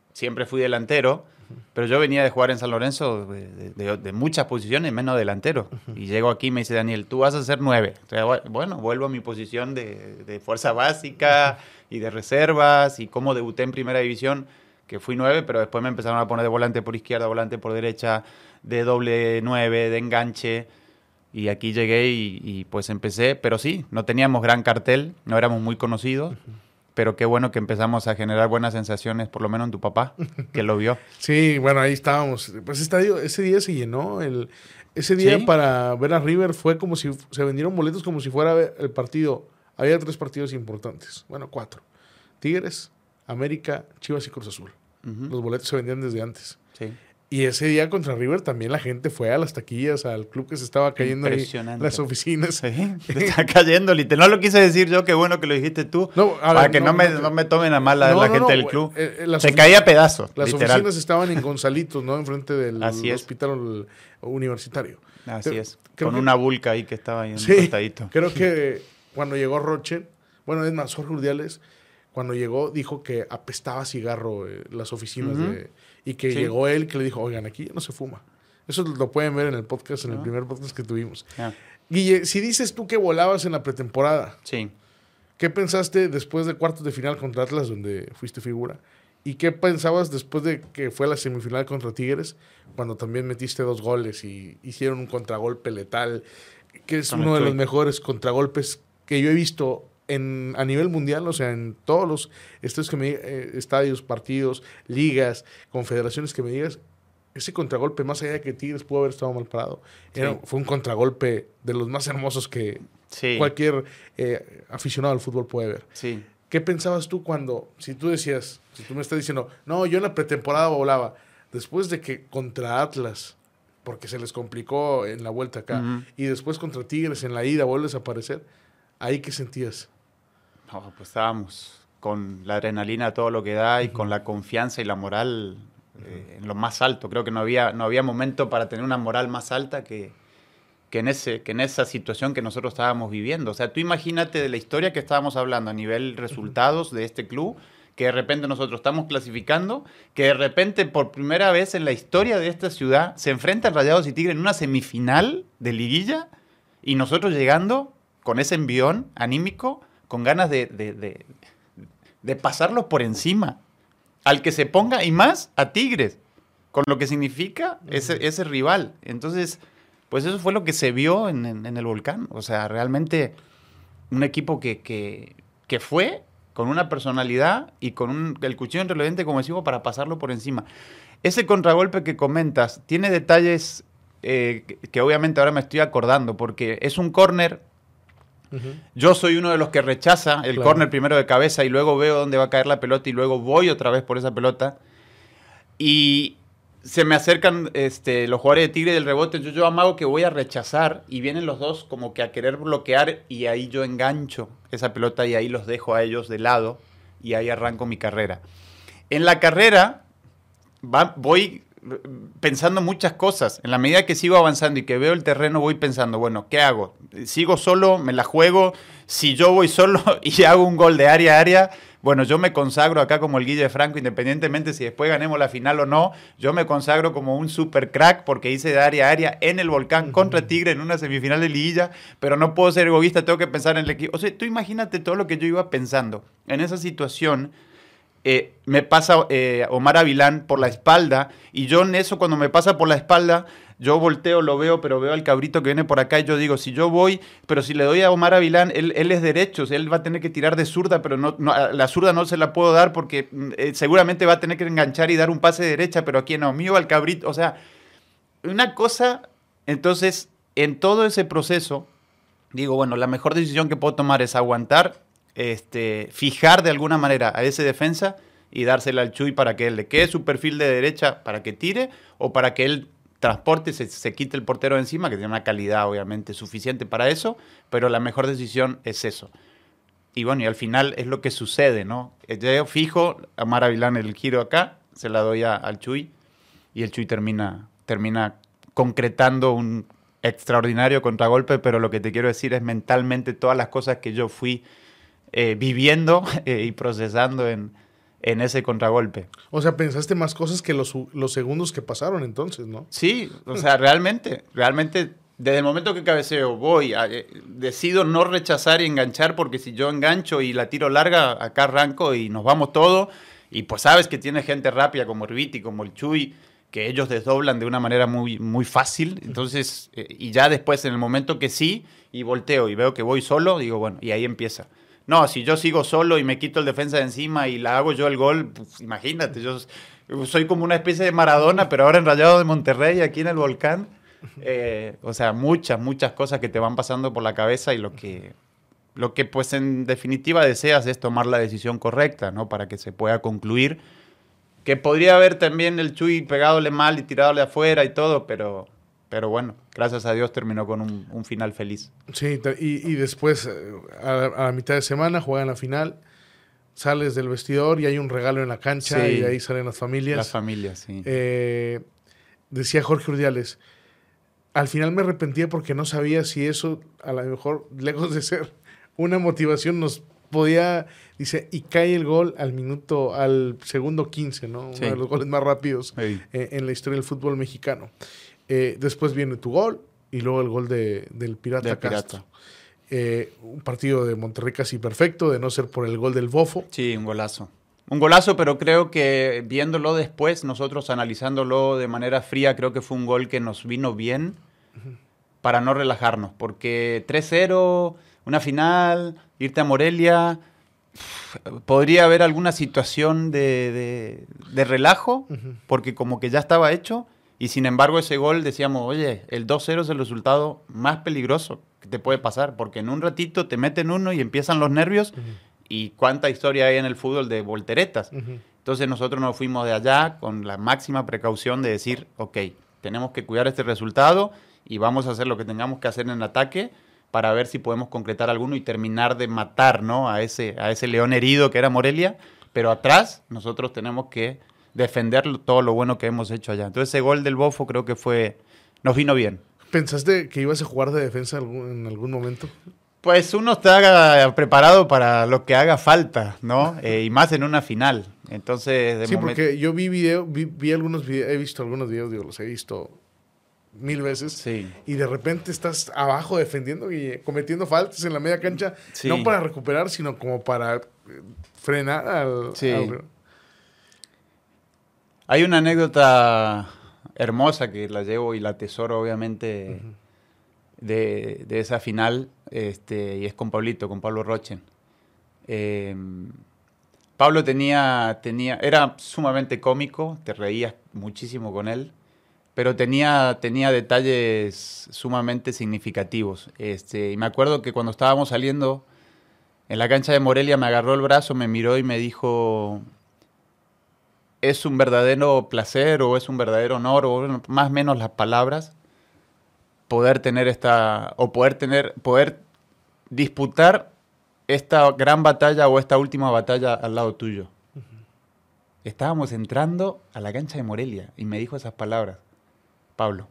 [SPEAKER 1] fui delantero, pero yo venía de jugar en San Lorenzo de muchas posiciones, menos delantero. Y llego aquí y me dice, Daniel, tú vas a ser 9. O sea, bueno, vuelvo a mi posición de fuerza básica y de reservas y cómo debuté en primera división, que fui 9, pero después me empezaron a poner de volante por izquierda, volante por derecha, de doble 9, de enganche. Y aquí llegué y pues empecé, pero sí, no teníamos gran cartel, no éramos muy conocidos. Pero qué bueno que empezamos a generar buenas sensaciones, por lo menos en tu papá, que lo vio.
[SPEAKER 2] Sí, bueno, ahí estábamos. Pues ese día se llenó. Ese día
[SPEAKER 1] ¿Sí?
[SPEAKER 2] para ver a River fue como si se vendieron boletos como si fuera el partido. Había 3 partidos importantes. Bueno, 4. Tigres, América, Chivas y Cruz Azul.
[SPEAKER 1] Ujú.
[SPEAKER 2] Los boletos se vendían desde antes.
[SPEAKER 1] Sí.
[SPEAKER 2] Y ese día contra River también la gente fue a las taquillas, al club que se estaba cayendo ahí,
[SPEAKER 1] Impresionante.
[SPEAKER 2] las oficinas.
[SPEAKER 1] Sí, te está cayendo, literal. No lo quise decir yo, qué bueno que lo dijiste tú.
[SPEAKER 2] No, a
[SPEAKER 1] para
[SPEAKER 2] ver,
[SPEAKER 1] que
[SPEAKER 2] no,
[SPEAKER 1] no me tomen a mal la
[SPEAKER 2] No,
[SPEAKER 1] gente
[SPEAKER 2] no,
[SPEAKER 1] del club.
[SPEAKER 2] las
[SPEAKER 1] Se
[SPEAKER 2] ofi-
[SPEAKER 1] caía a pedazos,
[SPEAKER 2] Las
[SPEAKER 1] literal.
[SPEAKER 2] oficinas estaban en Gonzalitos, ¿no? Enfrente del
[SPEAKER 1] Así es.
[SPEAKER 2] hospital universitario.
[SPEAKER 1] Así
[SPEAKER 2] Creo-
[SPEAKER 1] es.
[SPEAKER 2] creo
[SPEAKER 1] Con
[SPEAKER 2] que-
[SPEAKER 1] una vulca ahí que estaba ahí en
[SPEAKER 2] Sí,
[SPEAKER 1] un costadito.
[SPEAKER 2] creo que cuando llegó Roche, bueno, es más, Jorge Urdiales, cuando llegó, dijo que apestaba cigarro las oficinas
[SPEAKER 1] Ujú.
[SPEAKER 2] y que
[SPEAKER 1] Sí.
[SPEAKER 2] llegó él que le dijo, oigan, aquí ya no se fuma. Eso lo pueden ver en el podcast, en el
[SPEAKER 1] Ah.
[SPEAKER 2] primer podcast que tuvimos.
[SPEAKER 1] Ah,
[SPEAKER 2] Guille, si dices tú que volabas en la pretemporada,
[SPEAKER 1] sí.
[SPEAKER 2] ¿qué pensaste después de cuartos de final contra Atlas, donde fuiste figura? ¿Y qué pensabas después de que fue la semifinal contra Tigres, cuando también metiste 2 goles y hicieron un contragolpe letal, que es
[SPEAKER 1] Con el
[SPEAKER 2] uno de los
[SPEAKER 1] Chuy.
[SPEAKER 2] mejores contragolpes que yo he visto a nivel mundial, o sea, en todos los estadios, partidos, ligas, confederaciones que me digas? Ese contragolpe, más allá de que Tigres pudo haber estado mal parado,
[SPEAKER 1] Sí.
[SPEAKER 2] fue un contragolpe de los más hermosos que
[SPEAKER 1] Sí.
[SPEAKER 2] cualquier aficionado al fútbol puede ver.
[SPEAKER 1] Sí.
[SPEAKER 2] ¿Qué pensabas tú cuando, si tú me estás diciendo, no, yo en la pretemporada volaba, después de que contra Atlas, porque se les complicó en la vuelta acá,
[SPEAKER 1] Ujú.
[SPEAKER 2] y después contra Tigres en la ida vuelves a aparecer, ¿ahí qué sentías?
[SPEAKER 1] No, pues estábamos con la adrenalina a todo lo que da y con la confianza y la moral en lo más alto. Creo que no había momento para tener una moral más alta que en esa situación que nosotros estábamos viviendo. O sea, tú imagínate de la historia que estábamos hablando a nivel resultados de este club, que de repente nosotros estamos clasificando, que de repente por primera vez en la historia de esta ciudad se enfrentan Rayados y Tigre en una semifinal de liguilla y nosotros llegando con ese envión anímico, con ganas de pasarlos por encima. Al que se ponga, y más a Tigres, con lo que significa ese rival. Entonces, pues eso fue lo que se vio en el Volcán. O sea, realmente un equipo que fue con una personalidad y con el cuchillo entre los dientes, como decimos, para pasarlo por encima. Ese contragolpe que comentas tiene detalles que obviamente ahora me estoy acordando, porque es un córner. Yo soy uno de los que rechaza el
[SPEAKER 2] Claro.
[SPEAKER 1] córner primero de cabeza y luego veo dónde va a caer la pelota y luego voy otra vez por esa pelota. Y se me acercan los jugadores de Tigre del rebote. Yo amago que voy a rechazar y vienen los dos como que a querer bloquear y ahí yo engancho esa pelota y ahí los dejo a ellos de lado y ahí arranco mi carrera. En la carrera voy pensando muchas cosas. En la medida que sigo avanzando y que veo el terreno, voy pensando, bueno, ¿qué hago? ¿Sigo solo? ¿Me la juego? Si yo voy solo y hago un gol de área a área, bueno, yo me consagro acá como el Guille Franco, independientemente si después ganemos la final o no, yo me consagro como un super crack porque hice de área a área en el Volcán contra Tigre en una semifinal de liguilla, pero no puedo ser egoísta, tengo que pensar en el equipo. O sea, tú imagínate todo lo que yo iba pensando en esa situación. Me pasa Omar Avilán por la espalda y yo en eso cuando me pasa por la espalda yo volteo, lo veo, pero veo al cabrito que viene por acá y yo digo, si yo voy, pero si le doy a Omar Avilán, él es derecho, él va a tener que tirar de zurda, pero la zurda no se la puedo dar porque seguramente va a tener que enganchar y dar un pase de derecha, pero aquí no, mío al cabrito, o sea, una cosa. Entonces, en todo ese proceso, digo, bueno, la mejor decisión que puedo tomar es aguantar fijar de alguna manera a ese defensa y dársela al Chuy para que él le quede su perfil de derecha para que tire o para que él transporte, se quite el portero de encima, que tiene una calidad obviamente suficiente para eso, pero la mejor decisión es eso. Y bueno, y al final es lo que sucede, ¿no? Yo fijo a Mara Vilán el giro acá, se la doy al Chuy y el Chuy termina concretando un extraordinario contragolpe, pero lo que te quiero decir es mentalmente todas las cosas que yo fui viviendo y procesando en ese contragolpe.
[SPEAKER 2] O sea, pensaste más cosas que los segundos que pasaron entonces, ¿no?
[SPEAKER 1] Sí, o sea, realmente, desde el momento que cabeceo decido no rechazar y enganchar, porque si yo engancho y la tiro larga, acá arranco y nos vamos todos, y pues sabes que tiene gente rápida como Riviti, como el Chuy, que ellos desdoblan de una manera muy, muy fácil, entonces, y ya después en el momento que sí, y volteo y veo que voy solo, digo, bueno, y ahí empieza. No, si yo sigo solo y me quito el defensa de encima y la hago yo el gol, pues imagínate, yo soy como una especie de Maradona, pero ahora en Rayados de Monterrey, aquí en el Volcán. O sea, muchas cosas que te van pasando por la cabeza y lo que pues en definitiva deseas es tomar la decisión correcta, ¿no? Para que se pueda concluir. Que podría haber también el Chuy pegadole mal y tiradole afuera y todo, pero bueno, gracias a Dios terminó con un final feliz.
[SPEAKER 2] Sí, y después, a la mitad de semana, juegan la final, sales del vestidor y hay un regalo en la cancha, sí, y de ahí salen las familias.
[SPEAKER 1] Las familias, sí.
[SPEAKER 2] Decía Jorge Urdiales, al final me arrepentía porque no sabía si eso, a lo mejor, lejos de ser una motivación, nos podía... Dice, y cae el gol al segundo 15, ¿no?
[SPEAKER 1] Sí.
[SPEAKER 2] Uno de los goles más rápidos,
[SPEAKER 1] sí,
[SPEAKER 2] en la historia del fútbol mexicano. Después viene tu gol y luego el gol del Pirata Castro. Un partido de Monterrey casi perfecto, de no ser por el gol del Bofo.
[SPEAKER 1] Sí, un golazo. Un golazo, pero creo que viéndolo después, nosotros analizándolo de manera fría, creo que fue un gol que nos vino bien para no relajarnos. Porque 3-0, una final, irte a Morelia... Podría haber alguna situación de relajo, porque como que ya estaba hecho, y sin embargo ese gol decíamos, oye, el 2-0 es el resultado más peligroso que te puede pasar, porque en un ratito te meten uno y empiezan los nervios, y cuánta historia hay en el fútbol de volteretas. Entonces nosotros nos fuimos de allá con la máxima precaución de decir, ok, tenemos que cuidar este resultado y vamos a hacer lo que tengamos que hacer en ataque, para ver si podemos concretar alguno y terminar de matar, ¿no? a ese león herido que era Morelia, pero atrás nosotros tenemos que defender todo lo bueno que hemos hecho allá. Entonces ese gol del Bofo creo que nos vino bien.
[SPEAKER 2] ¿Pensaste que ibas a jugar de defensa en algún momento?
[SPEAKER 1] Pues uno está preparado para lo que haga falta, ¿no? Y más en una final. Entonces,
[SPEAKER 2] porque yo vi algunos videos, he visto algunos videos, los he visto 1000 veces, sí, y de repente estás abajo defendiendo y cometiendo faltas en la media cancha, sí, no para recuperar, sino como para frenar al...
[SPEAKER 1] Sí. Hay una anécdota hermosa que la llevo y la atesoro obviamente de esa final, y es con Pablo Rochen. Pablo era sumamente cómico, te reías muchísimo con él, pero tenía detalles sumamente significativos. Y me acuerdo que cuando estábamos saliendo en la cancha de Morelia, me agarró el brazo, me miró y me dijo, es un verdadero placer o es un verdadero honor, o más o menos las palabras, poder disputar esta gran batalla o esta última batalla al lado tuyo. Estábamos entrando a la cancha de Morelia y me dijo esas palabras. Pablo,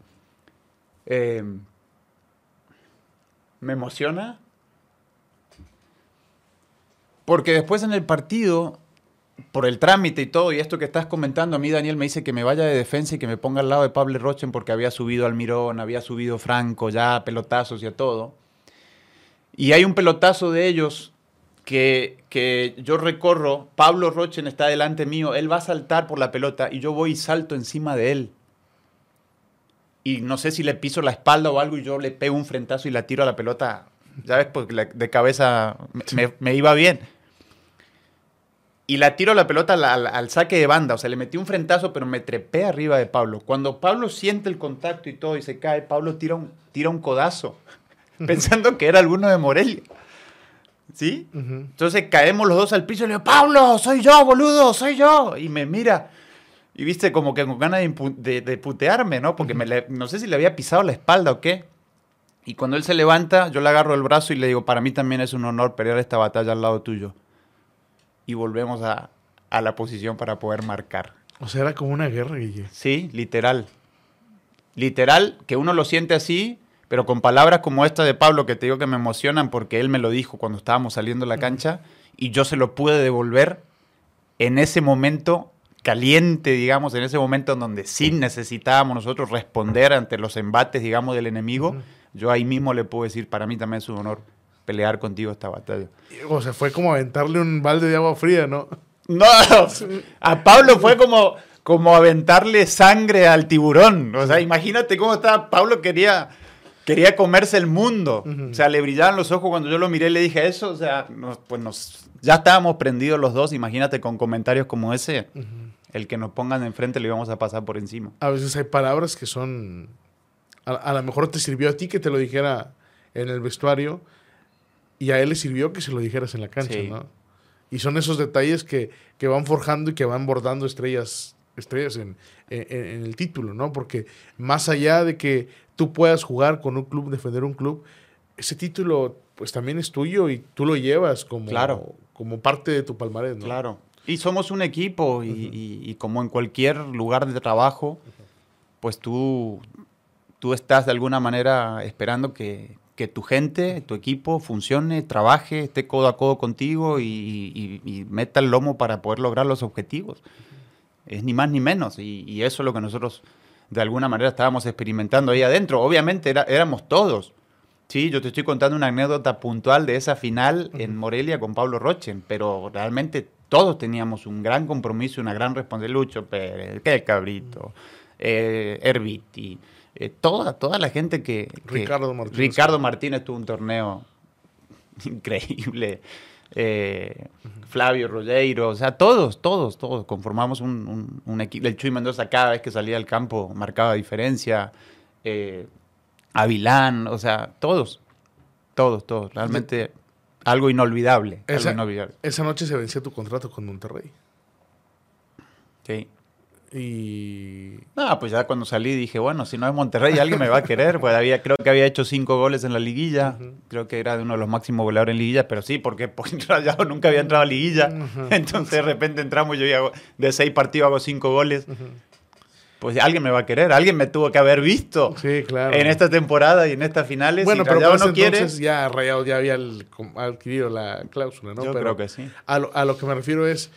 [SPEAKER 1] me emociona porque después en el partido, por el trámite y todo, y esto que estás comentando, a mí Daniel me dice que me vaya de defensa y que me ponga al lado de Pablo Rochen porque había subido Almirón, había subido Franco, ya pelotazos y a todo. Y hay un pelotazo de ellos que yo recorro, Pablo Rochen está delante mío, él va a saltar por la pelota y yo voy y salto encima de él. Y no sé si le piso la espalda o algo y yo le pego un frentazo y la tiro a la pelota, ya ves, porque de cabeza me iba bien. Y la tiro a la pelota al saque de banda, o sea, le metí un frentazo, pero me trepé arriba de Pablo. Cuando Pablo siente el contacto y todo y se cae, Pablo tira un codazo, pensando que era alguno de Morelia. ¿Sí? Entonces caemos los dos al piso y le digo, Pablo, soy yo, boludo, soy yo. Y me mira. Y viste como que con ganas de putearme, ¿no? Porque no sé si le había pisado la espalda o qué. Y cuando él se levanta, yo le agarro el brazo y le digo, para mí también es un honor pelear esta batalla al lado tuyo. Y volvemos a la posición para poder marcar.
[SPEAKER 2] O sea, era como una guerra, Guille.
[SPEAKER 1] Sí, literal. Literal, que uno lo siente así, pero con palabras como esta de Pablo, que te digo que me emocionan porque él me lo dijo cuando estábamos saliendo de la cancha y yo se lo pude devolver en ese momento caliente, digamos, en ese momento en donde sí necesitábamos nosotros responder ante los embates, digamos, del enemigo. Yo ahí mismo le puedo decir, para mí también es un honor pelear contigo esta batalla.
[SPEAKER 2] O sea, fue como aventarle un balde de agua fría, ¿no?
[SPEAKER 1] No, a Pablo fue como aventarle sangre al tiburón. O sea, imagínate cómo estaba. Pablo quería comerse el mundo. O sea, le brillaban los ojos cuando yo lo miré y le dije eso. O sea, ya estábamos prendidos los dos. Imagínate con comentarios como ese. El que nos pongan enfrente le íbamos a pasar por encima.
[SPEAKER 2] A veces hay palabras que son... A lo mejor te sirvió a ti que te lo dijera en el vestuario y a él le sirvió que se lo dijeras en la cancha, sí. ¿No? Y son esos detalles que van forjando y que van bordando estrellas en el título, ¿no? Porque más allá de que tú puedas jugar con un club, defender un club, ese título pues también es tuyo y tú lo llevas como parte de tu palmarés, ¿no?
[SPEAKER 1] Claro. Y somos un equipo y como en cualquier lugar de trabajo, pues tú estás de alguna manera esperando que tu gente, tu equipo funcione, trabaje, esté codo a codo contigo y meta el lomo para poder lograr los objetivos. Es ni más ni menos. Y eso es lo que nosotros de alguna manera estábamos experimentando ahí adentro. Obviamente éramos todos. Sí, yo te estoy contando una anécdota puntual de esa final en Morelia con Pablo Rochen, pero realmente todos teníamos un gran compromiso, una gran responsabilidad. Lucho Pérez, el Cabrito, Herbiti, toda la gente que Ricardo Martínez tuvo un torneo increíble, Flavio Rogueiro, o sea, todos conformamos un equipo. El Chuy Mendoza cada vez que salía al campo marcaba diferencia, Avilán, o sea, todos, realmente algo inolvidable.
[SPEAKER 2] Esa noche se vencía tu contrato con Monterrey.
[SPEAKER 1] Sí.
[SPEAKER 2] Y...
[SPEAKER 1] No, pues ya cuando salí dije, bueno, si no es Monterrey alguien me va a querer, pues creo que había hecho 5 goles en la liguilla, creo que era uno de los máximos goleadores en liguilla, pero sí, porque Rayado nunca había entrado a liguilla, entonces de repente entramos, yo de 6 partidos hago 5 goles, pues alguien me va a querer, alguien me tuvo que haber visto en esta temporada y en estas finales.
[SPEAKER 2] Bueno,
[SPEAKER 1] si
[SPEAKER 2] pero
[SPEAKER 1] Rayado
[SPEAKER 2] no
[SPEAKER 1] quiere,
[SPEAKER 2] entonces ya Rayado ya había adquirido la cláusula, ¿no?
[SPEAKER 1] Yo
[SPEAKER 2] pero
[SPEAKER 1] creo que sí.
[SPEAKER 2] A lo que me refiero es...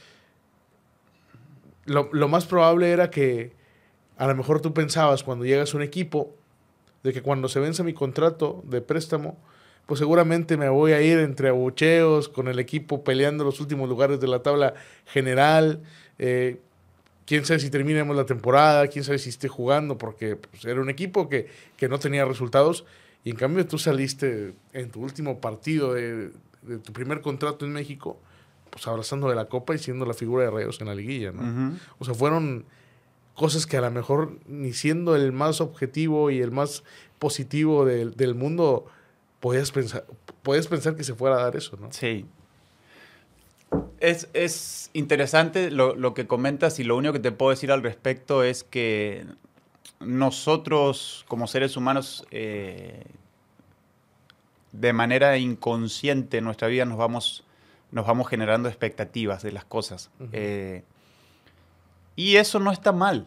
[SPEAKER 2] Lo más probable era que a lo mejor tú pensabas cuando llegas a un equipo de que cuando se vence mi contrato de préstamo, pues seguramente me voy a ir entre abucheos con el equipo peleando los últimos lugares de la tabla general. Quién sabe si terminemos la temporada, quién sabe si esté jugando, porque pues, era un equipo que no tenía resultados. Y en cambio tú saliste en tu último partido de tu primer contrato en México, pues abrazando de la copa y siendo la figura de Rayados en la liguilla, ¿no? O sea, fueron cosas que a lo mejor ni siendo el más objetivo y el más positivo del mundo podías pensar que se fuera a dar eso, ¿no?
[SPEAKER 1] Sí. Es interesante lo que comentas y lo único que te puedo decir al respecto es que nosotros como seres humanos de manera inconsciente en nuestra vida nos vamos generando expectativas de las cosas. Y eso no está mal,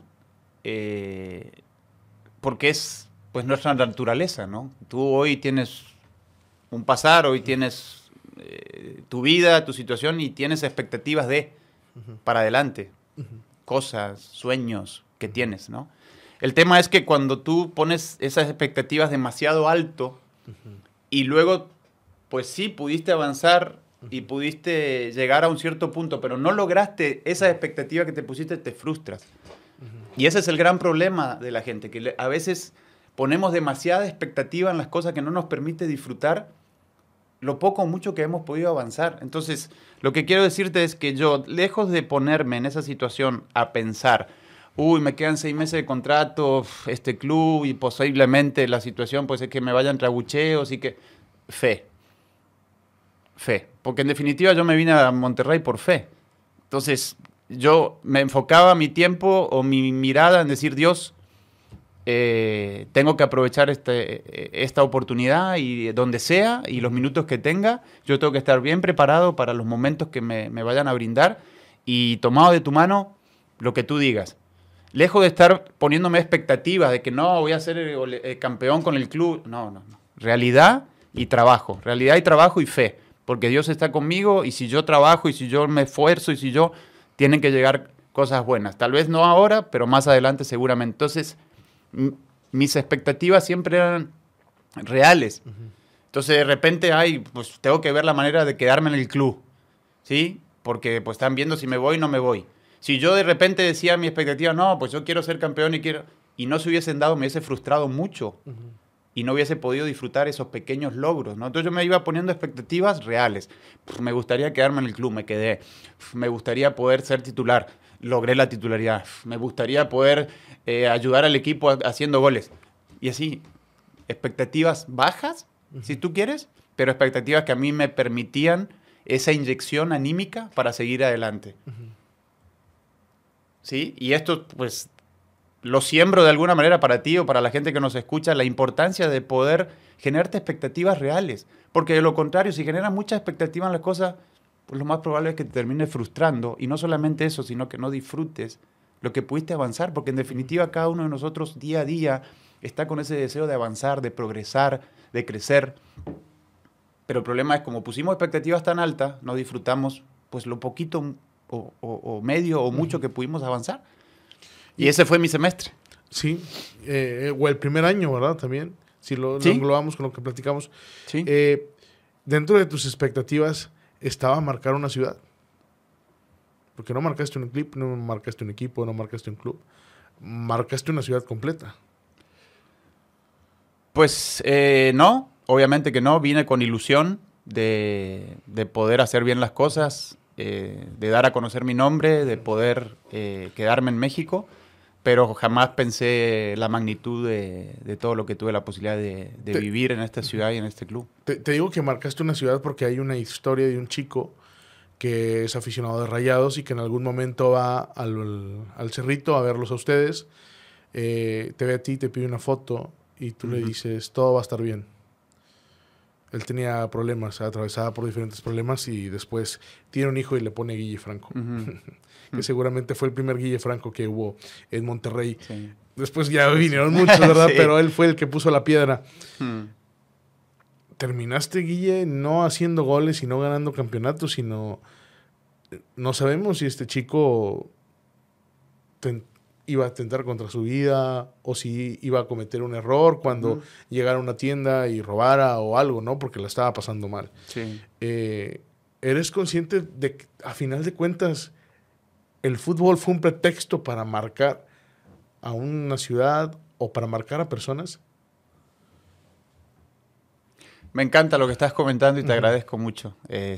[SPEAKER 1] porque es pues nuestra naturaleza, ¿no? Tú hoy tienes un pasar, hoy tienes tu vida, tu situación y tienes expectativas para adelante, cosas, sueños que tienes, ¿no? El tema es que cuando tú pones esas expectativas demasiado alto y luego, pues sí, pudiste avanzar y pudiste llegar a un cierto punto, pero no lograste esa expectativa que te pusiste, te frustras. Y ese es el gran problema de la gente, que a veces ponemos demasiada expectativa en las cosas que no nos permite disfrutar lo poco o mucho que hemos podido avanzar. Entonces, lo que quiero decirte es que yo, lejos de ponerme en esa situación a pensar, me quedan 6 meses de contrato, este club, y posiblemente la situación pues es que me vayan entre abucheos y que... Fe Fe. Porque en definitiva yo me vine a Monterrey por fe. Entonces yo me enfocaba mi tiempo o mi mirada en decir, Dios, tengo que aprovechar esta oportunidad y donde sea y los minutos que tenga, yo tengo que estar bien preparado para los momentos que me vayan a brindar y tomado de tu mano lo que tú digas. Lejos de estar poniéndome expectativas de que no, voy a ser el campeón con el club. No. Realidad y trabajo y fe. Porque Dios está conmigo y si yo trabajo y si yo me esfuerzo y si yo... tienen que llegar cosas buenas. Tal vez no ahora, pero más adelante seguramente. Entonces, mis expectativas siempre eran reales. Entonces, de repente, pues tengo que ver la manera de quedarme en el club, ¿sí? Porque pues están viendo si me voy o no me voy. Si yo de repente decía mi expectativa, no, pues yo quiero ser campeón y no se hubiesen dado, me hubiese frustrado mucho. Y no hubiese podido disfrutar esos pequeños logros, ¿no? Entonces yo me iba poniendo expectativas reales. Me gustaría quedarme en el club, me quedé. Me gustaría poder ser titular, logré la titularidad. Me gustaría poder ayudar al equipo haciendo goles. Y así, expectativas bajas, si tú quieres, pero expectativas que a mí me permitían esa inyección anímica para seguir adelante. ¿Sí? Y esto, pues... lo siembro de alguna manera para ti o para la gente que nos escucha, la importancia de poder generarte expectativas reales. Porque de lo contrario, si generas mucha expectativa en las cosas, pues lo más probable es que te termines frustrando. Y no solamente eso, sino que no disfrutes lo que pudiste avanzar. Porque en definitiva cada uno de nosotros día a día está con ese deseo de avanzar, de progresar, de crecer. Pero el problema es como pusimos expectativas tan altas, no disfrutamos pues lo poquito o medio o mucho que pudimos avanzar. Y ese fue mi semestre.
[SPEAKER 2] Sí, o el primer año, ¿verdad? También, si lo englobamos con lo que platicamos.
[SPEAKER 1] Sí.
[SPEAKER 2] Dentro de tus expectativas estaba marcar una ciudad. Porque no marcaste un clip, no marcaste un equipo, no marcaste un club. Marcaste una ciudad completa.
[SPEAKER 1] Pues no, obviamente que no. Vine con ilusión de poder hacer bien las cosas, de dar a conocer mi nombre, de poder quedarme en México. Pero jamás pensé la magnitud de todo lo que tuve la posibilidad de vivir en esta ciudad y en este club.
[SPEAKER 2] Te digo que marcaste una ciudad porque hay una historia de un chico que es aficionado de Rayados y que en algún momento va al Cerrito a verlos a ustedes, te ve a ti, te pide una foto y tú le dices, todo va a estar bien. Él tenía problemas, atravesaba por diferentes problemas y después tiene un hijo y le pone Guille Franco. Que seguramente fue el primer Guille Franco que hubo en Monterrey. Sí. Después ya vinieron muchos, ¿verdad? Sí. Pero él fue el que puso la piedra. Terminaste, Guille, no haciendo goles y no ganando campeonatos, sino... No sabemos si este chico iba a atentar contra su vida o si iba a cometer un error cuando llegara a una tienda y robara o algo, ¿no? Porque la estaba pasando mal.
[SPEAKER 1] Sí.
[SPEAKER 2] ¿Eres consciente de que, a final de cuentas, el fútbol fue un pretexto para marcar a una ciudad o para marcar a personas?
[SPEAKER 1] Me encanta lo que estás comentando y te agradezco mucho.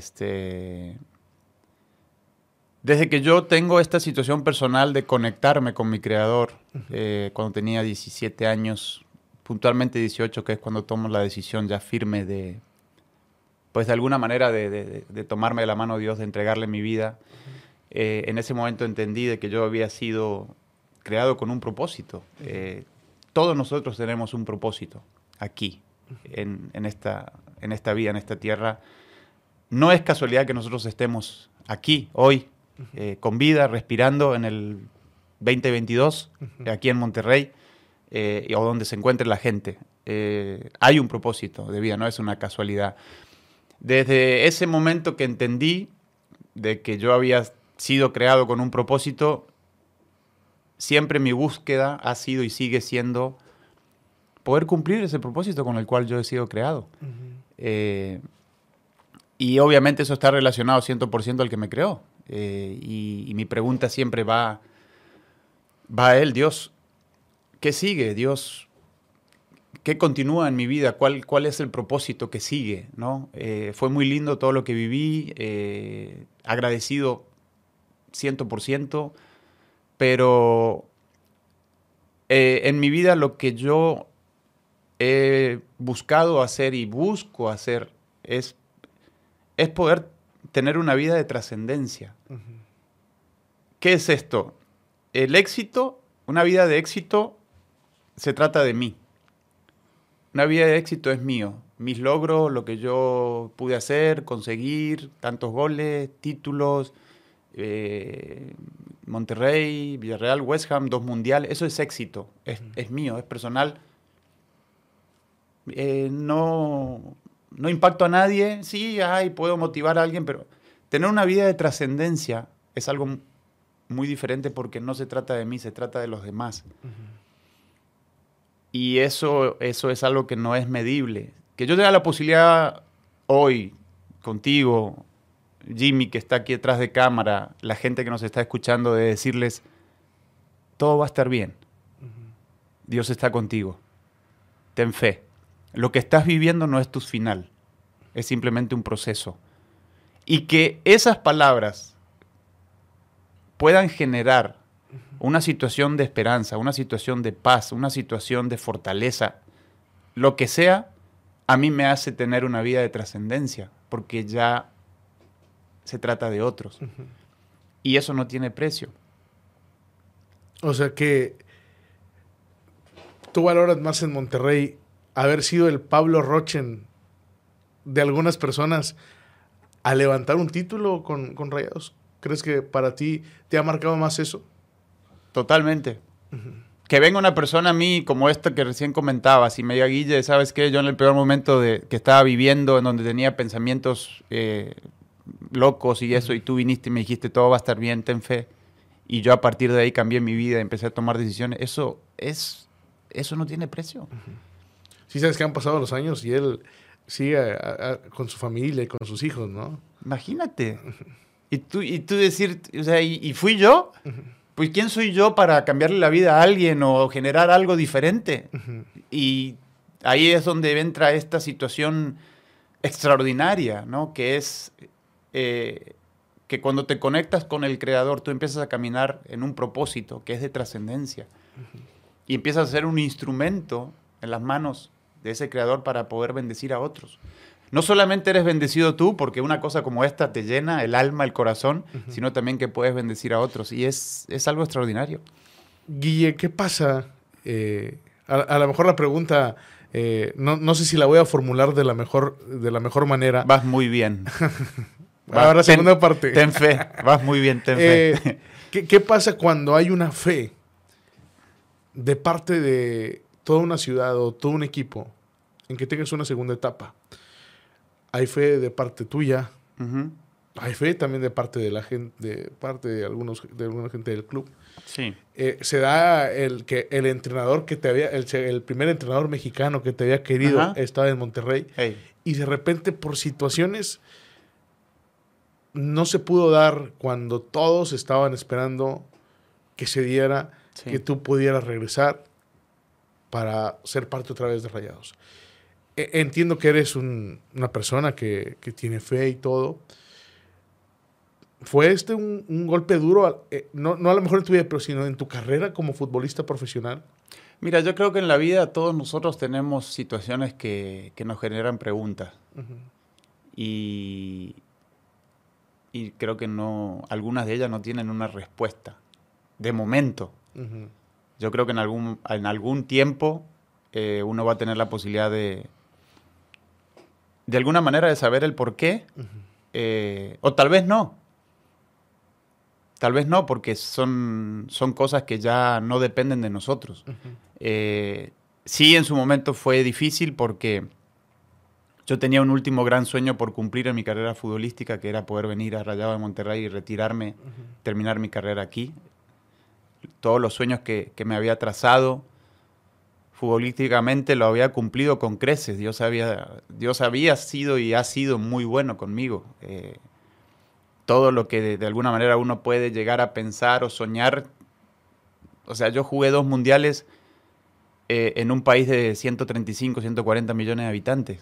[SPEAKER 1] Desde que yo tengo esta situación personal de conectarme con mi creador, cuando tenía 17 años, puntualmente 18, que es cuando tomo la decisión ya firme de, pues de alguna manera de tomarme de la mano de Dios, de entregarle mi vida, en ese momento entendí de que yo había sido creado con un propósito. Todos nosotros tenemos un propósito aquí, en esta vida, en esta tierra. No es casualidad que nosotros estemos aquí, hoy, con vida, respirando en el 2022, aquí en Monterrey, o donde se encuentre la gente. Hay un propósito de vida, no es una casualidad. Desde ese momento que entendí de que yo había sido creado con un propósito, siempre mi búsqueda ha sido y sigue siendo poder cumplir ese propósito con el cual yo he sido creado. Y obviamente eso está relacionado 100% al que me creó. Y mi pregunta siempre va a Él, Dios, ¿qué sigue? Dios, ¿qué continúa en mi vida? ¿Cuál es el propósito que sigue? ¿No? Fue muy lindo todo lo que viví, agradecido 100%, pero en mi vida lo que yo he buscado hacer y busco hacer es es poder tener una vida de trascendencia. ¿Qué es esto? El éxito, una vida de éxito, se trata de mí. Una vida de éxito es mío. Mis logros, lo que yo pude hacer, conseguir, tantos goles, títulos, Monterrey, Villarreal, West Ham, 2 mundiales, eso es éxito, es mío, es personal. No impacto a nadie, sí, puedo motivar a alguien, pero tener una vida de trascendencia es algo muy diferente porque no se trata de mí, se trata de los demás. Y eso es algo que no es medible. Que yo tenga la posibilidad hoy, contigo, Jimmy, que está aquí detrás de cámara, la gente que nos está escuchando, de decirles, todo va a estar bien. Dios está contigo. Ten fe. Lo que estás viviendo no es tu final. Es simplemente un proceso. Y que esas palabras puedan generar una situación de esperanza, una situación de paz, una situación de fortaleza, lo que sea, a mí me hace tener una vida de trascendencia, porque ya se trata de otros. Y eso no tiene precio.
[SPEAKER 2] O sea que tú valoras más en Monterrey haber sido el Pablo Rochen de algunas personas a levantar un título con Rayados. ¿Crees que para ti te ha marcado más eso?
[SPEAKER 1] Totalmente. Que venga una persona a mí como esta que recién comentabas y me diga, Guille, ¿sabes qué? Yo en el peor momento que estaba viviendo, en donde tenía pensamientos locos y eso, y tú viniste y me dijiste, todo va a estar bien, ten fe. Y yo a partir de ahí cambié mi vida y empecé a tomar decisiones. Eso no tiene precio.
[SPEAKER 2] Sí, sabes que han pasado los años y él sigue con su familia y con sus hijos, ¿no?
[SPEAKER 1] Imagínate. Y tú decir, o sea, ¿y fui yo? Pues ¿quién soy yo para cambiarle la vida a alguien o generar algo diferente? Y ahí es donde entra esta situación extraordinaria, ¿no? Que es que cuando te conectas con el Creador, tú empiezas a caminar en un propósito que es de trascendencia. Y empiezas a ser un instrumento en las manos de ese Creador para poder bendecir a otros. No solamente eres bendecido tú, porque una cosa como esta te llena el alma, el corazón, sino también que puedes bendecir a otros. Y es algo extraordinario.
[SPEAKER 2] Guille, ¿qué pasa? A lo mejor la pregunta, no sé si la voy a formular de la mejor manera.
[SPEAKER 1] Vas muy bien.
[SPEAKER 2] Ahora, segunda parte.
[SPEAKER 1] Ten fe, vas muy bien, ten fe.
[SPEAKER 2] ¿Qué pasa cuando hay una fe de parte de toda una ciudad o todo un equipo en que tengas una segunda etapa? Hay fe de parte tuya, hay fe también de parte de la gente, de parte de alguna gente del club.
[SPEAKER 1] Sí.
[SPEAKER 2] Se da el entrenador que te había, el primer entrenador mexicano que te había querido estaba en Monterrey.
[SPEAKER 1] Hey.
[SPEAKER 2] Y de repente por situaciones no se pudo dar cuando todos estaban esperando que se diera, que tú pudieras regresar para ser parte otra vez de Rayados. Entiendo que eres una persona que tiene fe y todo. ¿Fue un golpe duro? No a lo mejor en tu vida, pero sino en tu carrera como futbolista profesional.
[SPEAKER 1] Mira, yo creo que en la vida todos nosotros tenemos situaciones que nos generan preguntas. Y creo que algunas de ellas no tienen una respuesta. De momento. Yo creo que en algún tiempo uno va a tener la posibilidad de alguna manera de saber el por qué, o tal vez no. Tal vez no, porque son cosas que ya no dependen de nosotros. Sí, en su momento fue difícil porque yo tenía un último gran sueño por cumplir en mi carrera futbolística, que era poder venir a Rayados de Monterrey y retirarme, terminar mi carrera aquí. Todos los sueños que me había trazado futbolísticamente lo había cumplido con creces. Dios había sido y ha sido muy bueno conmigo. Todo lo que de alguna manera uno puede llegar a pensar o soñar. O sea, yo jugué 2 mundiales en un país de 135, 140 millones de habitantes.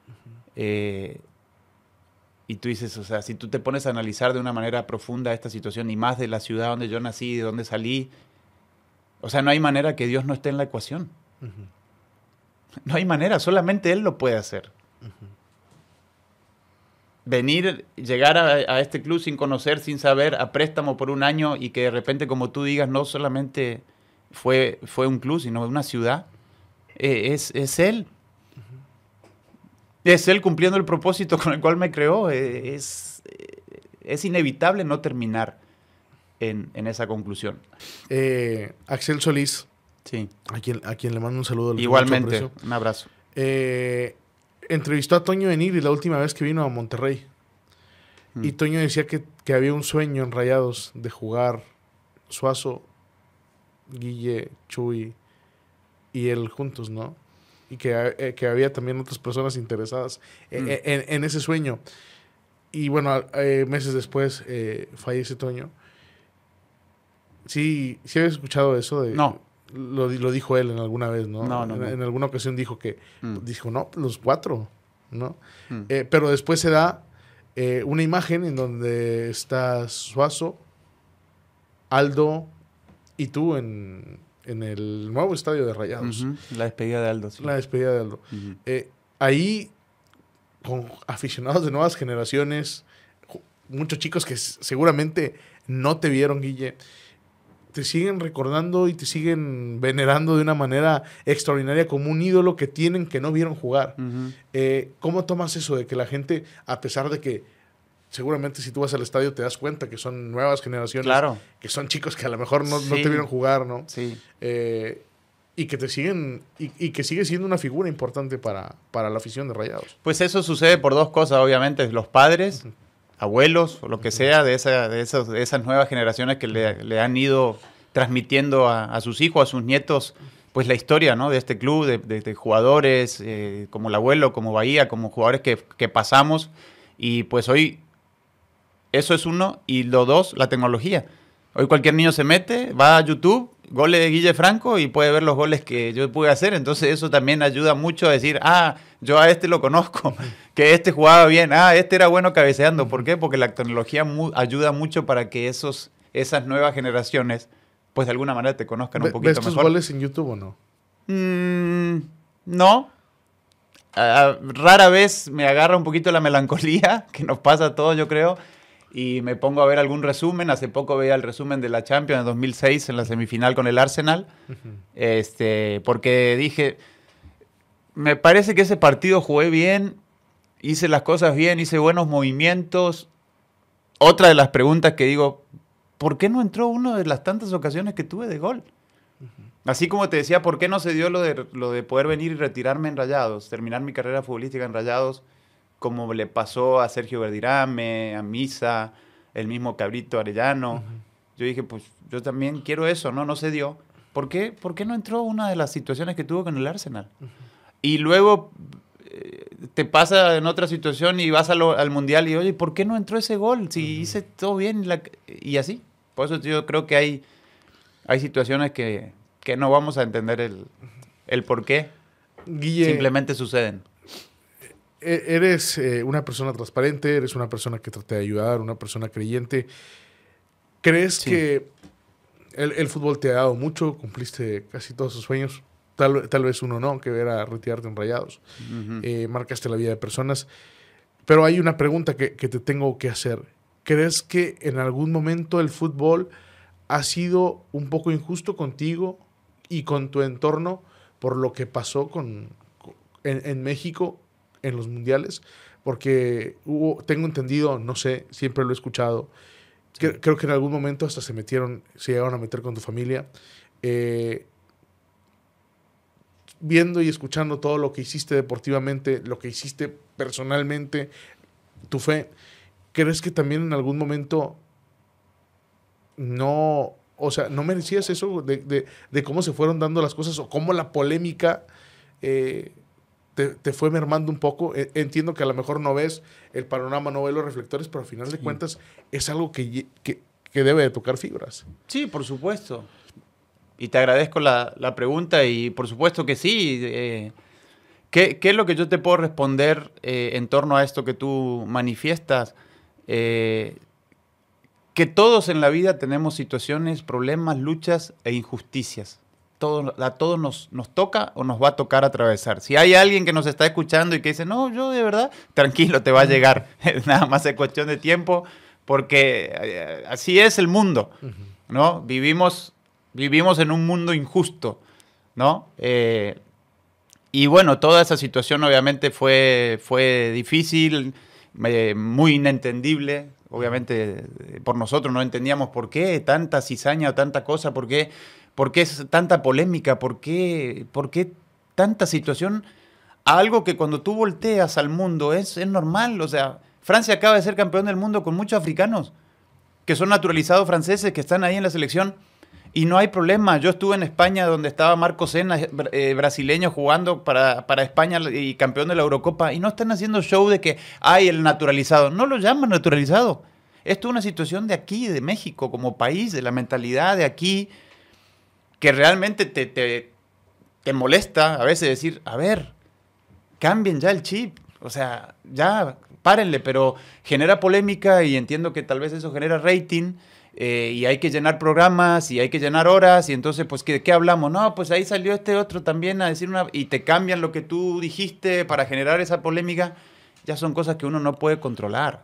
[SPEAKER 1] Y tú dices, o sea, si tú te pones a analizar de una manera profunda esta situación y más de la ciudad donde yo nací, de donde salí, o sea, no hay manera que Dios no esté en la ecuación. No hay manera, solamente Él lo puede hacer. venir, llegar a este club sin conocer, sin saber, a préstamo por un año y que de repente, como tú digas, no solamente fue un club, sino una ciudad, es él. Es él cumpliendo el propósito con el cual me creó. Es inevitable no terminar en esa conclusión.
[SPEAKER 2] Axel Solís,
[SPEAKER 1] sí,
[SPEAKER 2] a quien le mando un saludo.
[SPEAKER 1] Igualmente, un abrazo.
[SPEAKER 2] Entrevistó a Toño de Nigri la última vez que vino a Monterrey. Y Toño decía que había un sueño en Rayados de jugar Suazo, Guille, Chuy y él juntos, ¿no? Y que había también otras personas interesadas en ese sueño. Y bueno, meses después fallece Toño. Sí habías escuchado eso de...
[SPEAKER 1] No.
[SPEAKER 2] Lo dijo él en alguna vez, ¿no?
[SPEAKER 1] No.
[SPEAKER 2] En alguna ocasión dijo que... Dijo, no, los 4, ¿no? Pero después se da una imagen en donde está Suazo, Aldo y tú en el nuevo estadio de Rayados.
[SPEAKER 1] La despedida de Aldo, sí.
[SPEAKER 2] La despedida de Aldo. Ahí, con aficionados de nuevas generaciones, muchos chicos que seguramente no te vieron, Guille, te siguen recordando y te siguen venerando de una manera extraordinaria como un ídolo que tienen que no vieron jugar. ¿Cómo tomas eso de que la gente, a pesar de que seguramente si tú vas al estadio te das cuenta que son nuevas generaciones,
[SPEAKER 1] claro,
[SPEAKER 2] que son chicos que a lo mejor no te vieron jugar, ¿no?
[SPEAKER 1] Sí.
[SPEAKER 2] Y que te siguen y que sigue siendo una figura importante para la afición de Rayados?
[SPEAKER 1] Pues eso sucede por dos cosas, obviamente. Los padres, abuelos, o lo que sea, de esas nuevas generaciones que le han ido transmitiendo a sus hijos, a sus nietos, pues la historia, ¿no? De este club, de jugadores, como el abuelo, como Bahía, como jugadores que pasamos. Y pues hoy eso es uno. Y lo dos, la tecnología. Hoy cualquier niño se mete, va a YouTube, goles de Guille Franco y puede ver los goles que yo pude hacer. Entonces eso también ayuda mucho a decir, yo a este lo conozco, que este jugaba bien, este era bueno cabeceando. ¿Por qué? Porque la tecnología ayuda mucho para que esas nuevas generaciones, pues de alguna manera te conozcan un poquito mejor.
[SPEAKER 2] ¿Ves tus goles en YouTube o no?
[SPEAKER 1] No. Rara vez me agarra un poquito la melancolía, que nos pasa a todos, yo creo, y me pongo a ver algún resumen. Hace poco veía el resumen de la Champions en 2006 en la semifinal con el Arsenal, porque dije, me parece que ese partido jugué bien, hice las cosas bien, hice buenos movimientos. Otra de las preguntas que digo, ¿por qué no entró uno de las tantas ocasiones que tuve de gol? Así como te decía, ¿por qué no se dio lo de poder venir y retirarme en Rayados, terminar mi carrera futbolística en Rayados, como le pasó a Sergio Verdirame, a Misa, el mismo Cabrito Arellano? Yo dije, pues yo también quiero eso, ¿no? No se dio. ¿Por qué no entró una de las situaciones que tuvo con el Arsenal? Y luego te pasa en otra situación y vas al Mundial y, oye, ¿por qué no entró ese gol? Si hice todo bien y así. Por eso yo creo que hay situaciones que no vamos a entender el por qué.
[SPEAKER 2] Guille,
[SPEAKER 1] simplemente suceden.
[SPEAKER 2] Eres una persona transparente, eres una persona que trata de ayudar, una persona creyente. ¿Crees que el fútbol te ha dado mucho? ¿Cumpliste casi todos tus sueños? Tal vez uno no, que era retirarte en Rayados. Marcaste la vida de personas. Pero hay una pregunta que te tengo que hacer. ¿Crees que en algún momento el fútbol ha sido un poco injusto contigo y con tu entorno por lo que pasó en México en los mundiales? Porque tengo entendido, no sé, siempre lo he escuchado, creo que en algún momento hasta se llegaron a meter con tu familia. Viendo y escuchando todo lo que hiciste deportivamente, lo que hiciste personalmente, tu fe, ¿crees que también en algún momento no merecías eso de cómo se fueron dando las cosas o cómo la polémica te fue mermando un poco? Entiendo que a lo mejor no ves el panorama, no ves los reflectores, pero al final de cuentas es algo que debe de tocar fibras.
[SPEAKER 1] Sí, por supuesto. Y te agradezco la pregunta y por supuesto que sí. ¿Qué es lo que yo te puedo responder en torno a esto que tú manifiestas? Que todos en la vida tenemos situaciones, problemas, luchas e injusticias. a todos nos toca o nos va a tocar atravesar. Si hay alguien que nos está escuchando y que dice, no, yo de verdad, tranquilo, te va a llegar. Nada más es cuestión de tiempo, porque así es el mundo, ¿no? Vivimos en un mundo injusto, ¿no? Y bueno, toda esa situación obviamente fue difícil, muy inentendible. Obviamente por nosotros no entendíamos por qué tanta cizaña o tanta cosa, por qué es tanta polémica, por qué tanta situación. Algo que cuando tú volteas al mundo es normal. O sea, Francia acaba de ser campeón del mundo con muchos africanos que son naturalizados franceses, que están ahí en la selección. Y no hay problema. Yo estuve en España donde estaba Marco Senna, brasileño, jugando para España y campeón de la Eurocopa. Y no están haciendo show de que hay el naturalizado. No lo llaman naturalizado. Esto es una situación de aquí, de México, como país, de la mentalidad de aquí, que realmente te molesta a veces decir, a ver, cambien ya el chip. O sea, ya párenle, pero genera polémica y entiendo que tal vez eso genera rating. Y hay que llenar programas y hay que llenar horas y entonces pues ¿de qué hablamos? No, pues ahí salió este otro también a decir y te cambian lo que tú dijiste para generar esa polémica. Ya son cosas que uno no puede controlar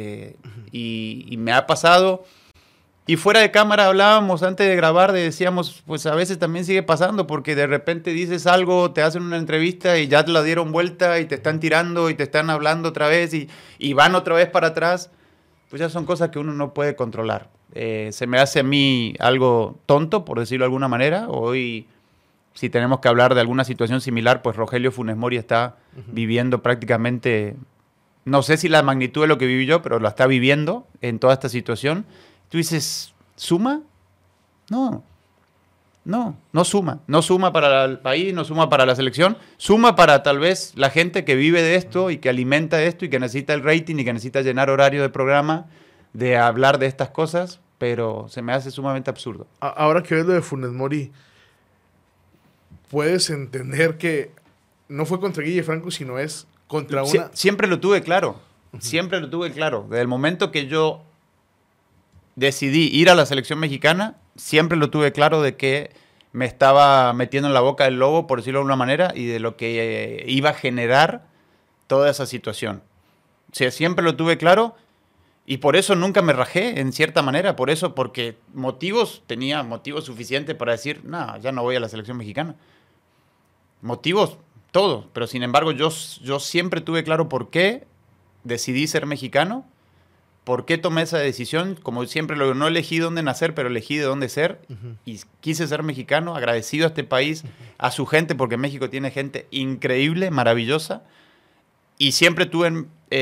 [SPEAKER 1] y me ha pasado. Y fuera de cámara hablábamos antes de grabar, decíamos, pues a veces también sigue pasando porque de repente dices algo, te hacen una entrevista y ya te la dieron vuelta y te están tirando y te están hablando otra vez y van otra vez para atrás. Pues ya son cosas que uno no puede controlar. Se me hace a mí algo tonto, por decirlo de alguna manera. Hoy, si tenemos que hablar de alguna situación similar, pues Rogelio Funes Mori está viviendo prácticamente, no sé si la magnitud de lo que viví yo, pero lo está viviendo en toda esta situación. Tú dices, ¿suma? No suma. No suma para el país, no suma para la selección. Suma para tal vez la gente que vive de esto y que alimenta esto y que necesita el rating y que necesita llenar horario de programa, de hablar de estas cosas, pero se me hace sumamente absurdo.
[SPEAKER 2] Ahora que ves lo de Funes Mori, puedes entender que no fue contra Guille Franco, sino es contra una...
[SPEAKER 1] Siempre lo tuve claro. Siempre lo tuve claro. Desde el momento que yo decidí ir a la selección mexicana, siempre lo tuve claro de que me estaba metiendo en la boca del lobo, por decirlo de alguna manera, y de lo que iba a generar toda esa situación. O sea, siempre lo tuve claro y por eso nunca me rajé, en cierta manera, porque tenía motivos suficientes para decir, no, ya no voy a la selección mexicana. Motivos, todos, pero sin embargo yo siempre tuve claro por qué decidí ser mexicano. ¿Por qué tomé esa decisión? Como siempre, no elegí dónde nacer, pero elegí de dónde ser. Y quise ser mexicano, agradecido a este país, a su gente, porque México tiene gente increíble, maravillosa. Y siempre tuve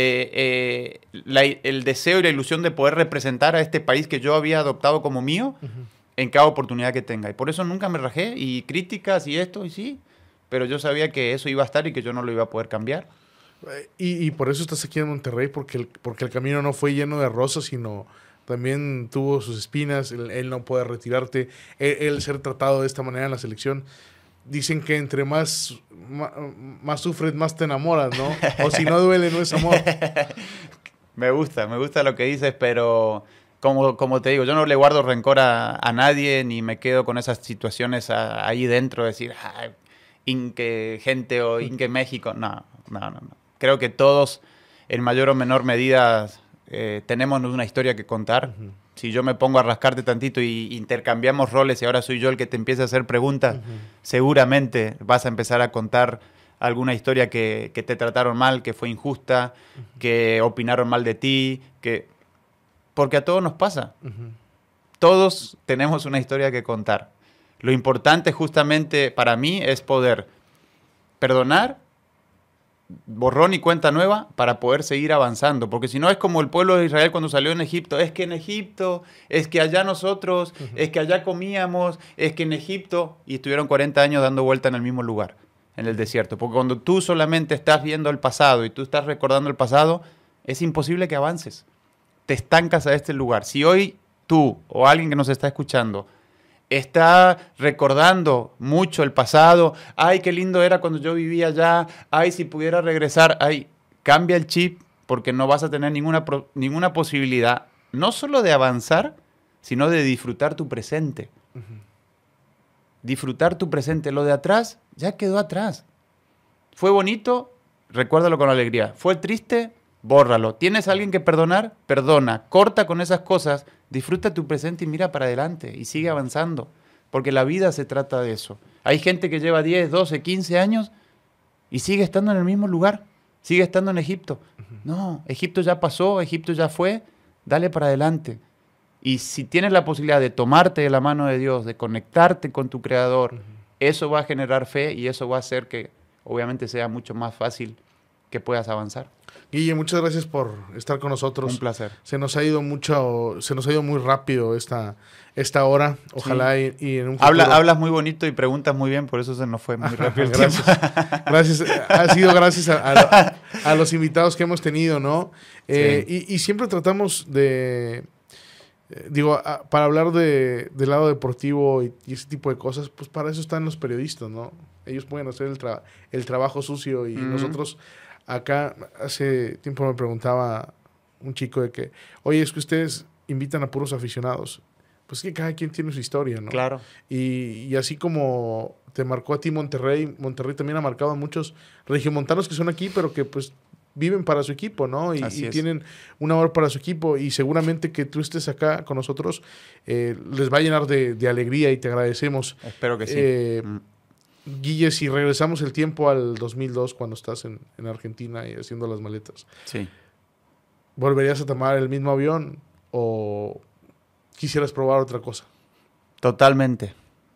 [SPEAKER 1] el deseo y la ilusión de poder representar a este país que yo había adoptado como mío en cada oportunidad que tenga. Y por eso nunca me rajé. Y críticas y esto, y sí. Pero yo sabía que eso iba a estar y que yo no lo iba a poder cambiar.
[SPEAKER 2] Y por eso estás aquí en Monterrey, porque el camino no fue lleno de rosas, sino también tuvo sus espinas, el no poder retirarte, el ser tratado de esta manera en la selección. Dicen que entre más sufres, más te enamoras, ¿no? O si no duele, no es amor.
[SPEAKER 1] Me gusta lo que dices, pero como te digo, yo no le guardo rencor a nadie, ni me quedo con esas situaciones ahí dentro, de decir, Inque gente o Inque México. No. Creo que todos, en mayor o menor medida, tenemos una historia que contar. Si yo me pongo a rascarte tantito y intercambiamos roles y ahora soy yo el que te empieza a hacer preguntas, seguramente vas a empezar a contar alguna historia que te trataron mal, que fue injusta, que opinaron mal de ti, porque a todos nos pasa. Todos tenemos una historia que contar. Lo importante justamente para mí es poder perdonar, borrón y cuenta nueva para poder seguir avanzando, porque si no es como el pueblo de Israel cuando salió en Egipto, es que en Egipto, es que allá nosotros, es que allá comíamos, es que en Egipto, y estuvieron 40 años dando vuelta en el mismo lugar, en el desierto, porque cuando tú solamente estás viendo el pasado y tú estás recordando el pasado, es imposible que avances, te estancas a este lugar. Si hoy tú o alguien que nos está escuchando está recordando mucho el pasado, ay, qué lindo era cuando yo vivía allá, ay, si pudiera regresar, ay, cambia el chip porque no vas a tener ninguna posibilidad, no solo de avanzar, sino de disfrutar tu presente. disfrutar tu presente. Lo de atrás ya quedó atrás. Fue bonito, recuérdalo con alegría. Fue triste, bórralo. ¿Tienes a alguien que perdonar? Perdona. Corta con esas cosas, disfruta tu presente y mira para adelante y sigue avanzando. Porque la vida se trata de eso. Hay gente que lleva 10, 12, 15 años y sigue estando en el mismo lugar. Sigue estando en Egipto. No, Egipto ya pasó, Egipto ya fue. Dale para adelante. Y si tienes la posibilidad de tomarte de la mano de Dios, de conectarte con tu Creador, eso va a generar fe y eso va a hacer que obviamente sea mucho más fácil que puedas avanzar.
[SPEAKER 2] Guille, muchas gracias por estar con nosotros.
[SPEAKER 1] Un placer.
[SPEAKER 2] Se nos ha ido muy rápido esta hora. Ojalá y en un futuro...
[SPEAKER 1] Hablas muy bonito y preguntas muy bien, por eso se nos fue muy rápido el tiempo.
[SPEAKER 2] Gracias. Ha sido gracias a los invitados que hemos tenido, ¿no?
[SPEAKER 1] Sí.
[SPEAKER 2] Y siempre tratamos de... para hablar del lado deportivo y ese tipo de cosas, pues para eso están los periodistas, ¿no? Ellos pueden hacer el trabajo sucio y nosotros... Acá hace tiempo me preguntaba un chico de que, oye, es que ustedes invitan a puros aficionados. Pues que cada quien tiene su historia, ¿no?
[SPEAKER 1] Claro.
[SPEAKER 2] Y así como te marcó a ti Monterrey, Monterrey también ha marcado a muchos regiomontanos que son aquí, pero que pues viven para su equipo, ¿no? Y tienen un amor para su equipo y seguramente que tú estés acá con nosotros les va a llenar de alegría y te agradecemos.
[SPEAKER 1] Espero que sí.
[SPEAKER 2] Guille, si regresamos el tiempo al 2002 cuando estás en Argentina y haciendo las maletas,
[SPEAKER 1] sí.
[SPEAKER 2] ¿Volverías a tomar el mismo avión o quisieras probar otra cosa?
[SPEAKER 1] Totalmente.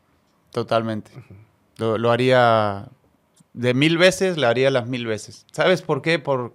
[SPEAKER 1] Lo haría de 1000 veces, lo haría las 1000 veces. ¿Sabes por qué? Por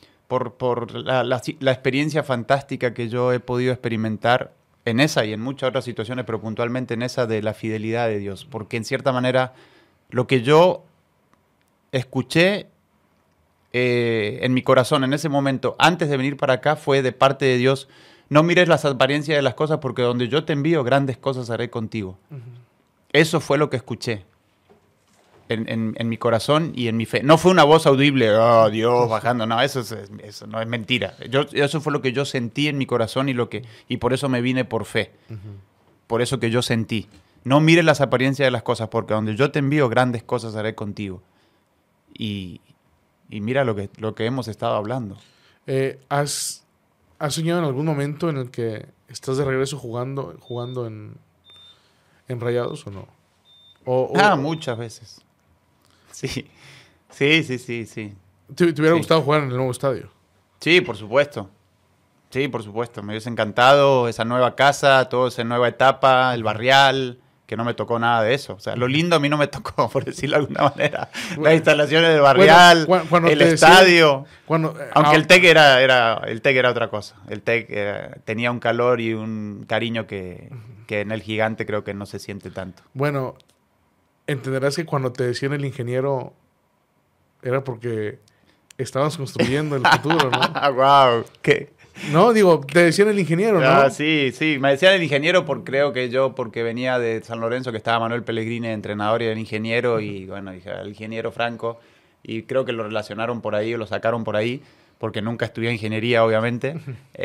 [SPEAKER 1] la experiencia fantástica que yo he podido experimentar en esa y en muchas otras situaciones, pero puntualmente en esa de la fidelidad de Dios. Porque en cierta manera... Lo que yo escuché en mi corazón en ese momento, antes de venir para acá, fue de parte de Dios, no mires las apariencias de las cosas porque donde yo te envío, grandes cosas haré contigo. Eso fue lo que escuché en mi corazón y en mi fe. No fue una voz audible, oh, Dios, bajando, no, eso no es mentira. Eso fue lo que yo sentí en mi corazón y por eso me vine por fe. Por eso que yo sentí. No mires las apariencias de las cosas, porque donde yo te envío, grandes cosas haré contigo. Y mira lo que hemos estado hablando.
[SPEAKER 2] ¿Has soñado en algún momento en el que estás de regreso jugando en Rayados o no?
[SPEAKER 1] Muchas veces. Sí.
[SPEAKER 2] ¿Te hubiera gustado jugar en el nuevo estadio?
[SPEAKER 1] Sí, por supuesto. Me hubiese encantado esa nueva casa, toda esa nueva etapa, el barrial... que no me tocó nada de eso. O sea, lo lindo a mí no me tocó, por decirlo de alguna manera. Las instalaciones del barrial, el estadio. Aunque el TEC era otra cosa. El TEC tenía un calor y un cariño que en el Gigante creo que no se siente tanto.
[SPEAKER 2] Bueno, entenderás que cuando te decían el ingeniero era porque estabas construyendo el futuro, ¿no?
[SPEAKER 1] ¡Wow! ¿Qué?
[SPEAKER 2] No, te decían el ingeniero, ¿no?
[SPEAKER 1] Sí, me decían el ingeniero porque venía de San Lorenzo, que estaba Manuel Pellegrini, entrenador y el ingeniero, y bueno, dije, el ingeniero Franco, y creo que lo relacionaron por ahí, o lo sacaron por ahí, porque nunca estudié ingeniería, obviamente,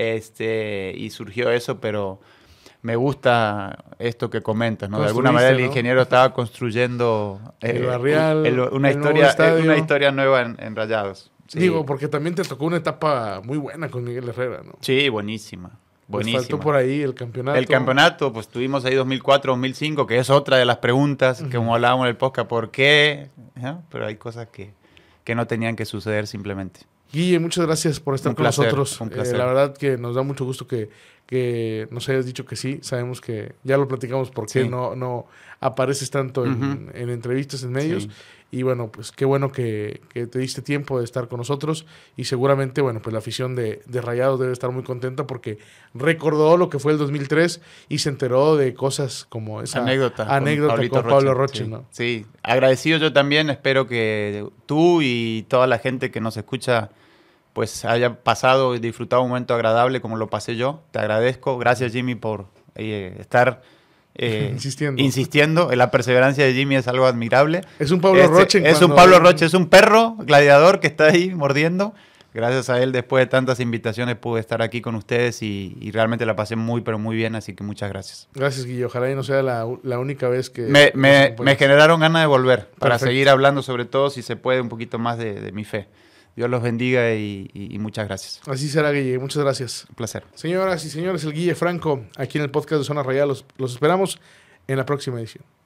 [SPEAKER 1] y surgió eso, pero me gusta esto que comentas, ¿no? De alguna manera el ingeniero estaba construyendo
[SPEAKER 2] el barrial,
[SPEAKER 1] una historia nueva en Rayados. Sí.
[SPEAKER 2] Porque también te tocó una etapa muy buena con Miguel Herrera, ¿no?
[SPEAKER 1] Sí, buenísima.
[SPEAKER 2] Pues faltó por ahí el campeonato.
[SPEAKER 1] El campeonato, pues tuvimos ahí 2004, 2005, que es otra de las preguntas que como hablábamos en el podcast, ¿por qué? Pero hay cosas que no tenían que suceder simplemente.
[SPEAKER 2] Guille, muchas gracias por estar con nosotros.
[SPEAKER 1] Un placer.
[SPEAKER 2] La verdad que nos da mucho gusto que nos hayas dicho que sí. Sabemos que ya lo platicamos porque no apareces tanto en entrevistas, en medios. Sí. Y bueno, pues qué bueno que te diste tiempo de estar con nosotros y seguramente, bueno, pues la afición de Rayados debe estar muy contenta porque recordó lo que fue el 2003 y se enteró de cosas como esa anécdota con Pablo Roche,
[SPEAKER 1] sí.
[SPEAKER 2] ¿no?
[SPEAKER 1] Sí, agradecido yo también, espero que tú y toda la gente que nos escucha pues haya pasado y disfrutado un momento agradable como lo pasé yo. Te agradezco, gracias Jimmy por estar... insistiendo. La perseverancia de Jimmy es algo admirable.
[SPEAKER 2] Es un Pablo Roche.
[SPEAKER 1] Es un Pablo Roche, es un perro gladiador que está ahí mordiendo. Gracias a él, después de tantas invitaciones, pude estar aquí con ustedes y realmente la pasé muy, pero muy bien, así que muchas gracias.
[SPEAKER 2] Gracias, Guille. Ojalá y no sea la única vez que...
[SPEAKER 1] Me generaron ganas de volver para
[SPEAKER 2] Perfecto.
[SPEAKER 1] seguir hablando, sobre todo, si se puede, un poquito más de mi fe. Dios los bendiga y muchas gracias.
[SPEAKER 2] Así será, Guille. Muchas gracias.
[SPEAKER 1] Un placer.
[SPEAKER 2] Señoras y señores, el Guille Franco, aquí en el podcast de Zona Rayada. Los esperamos en la próxima edición.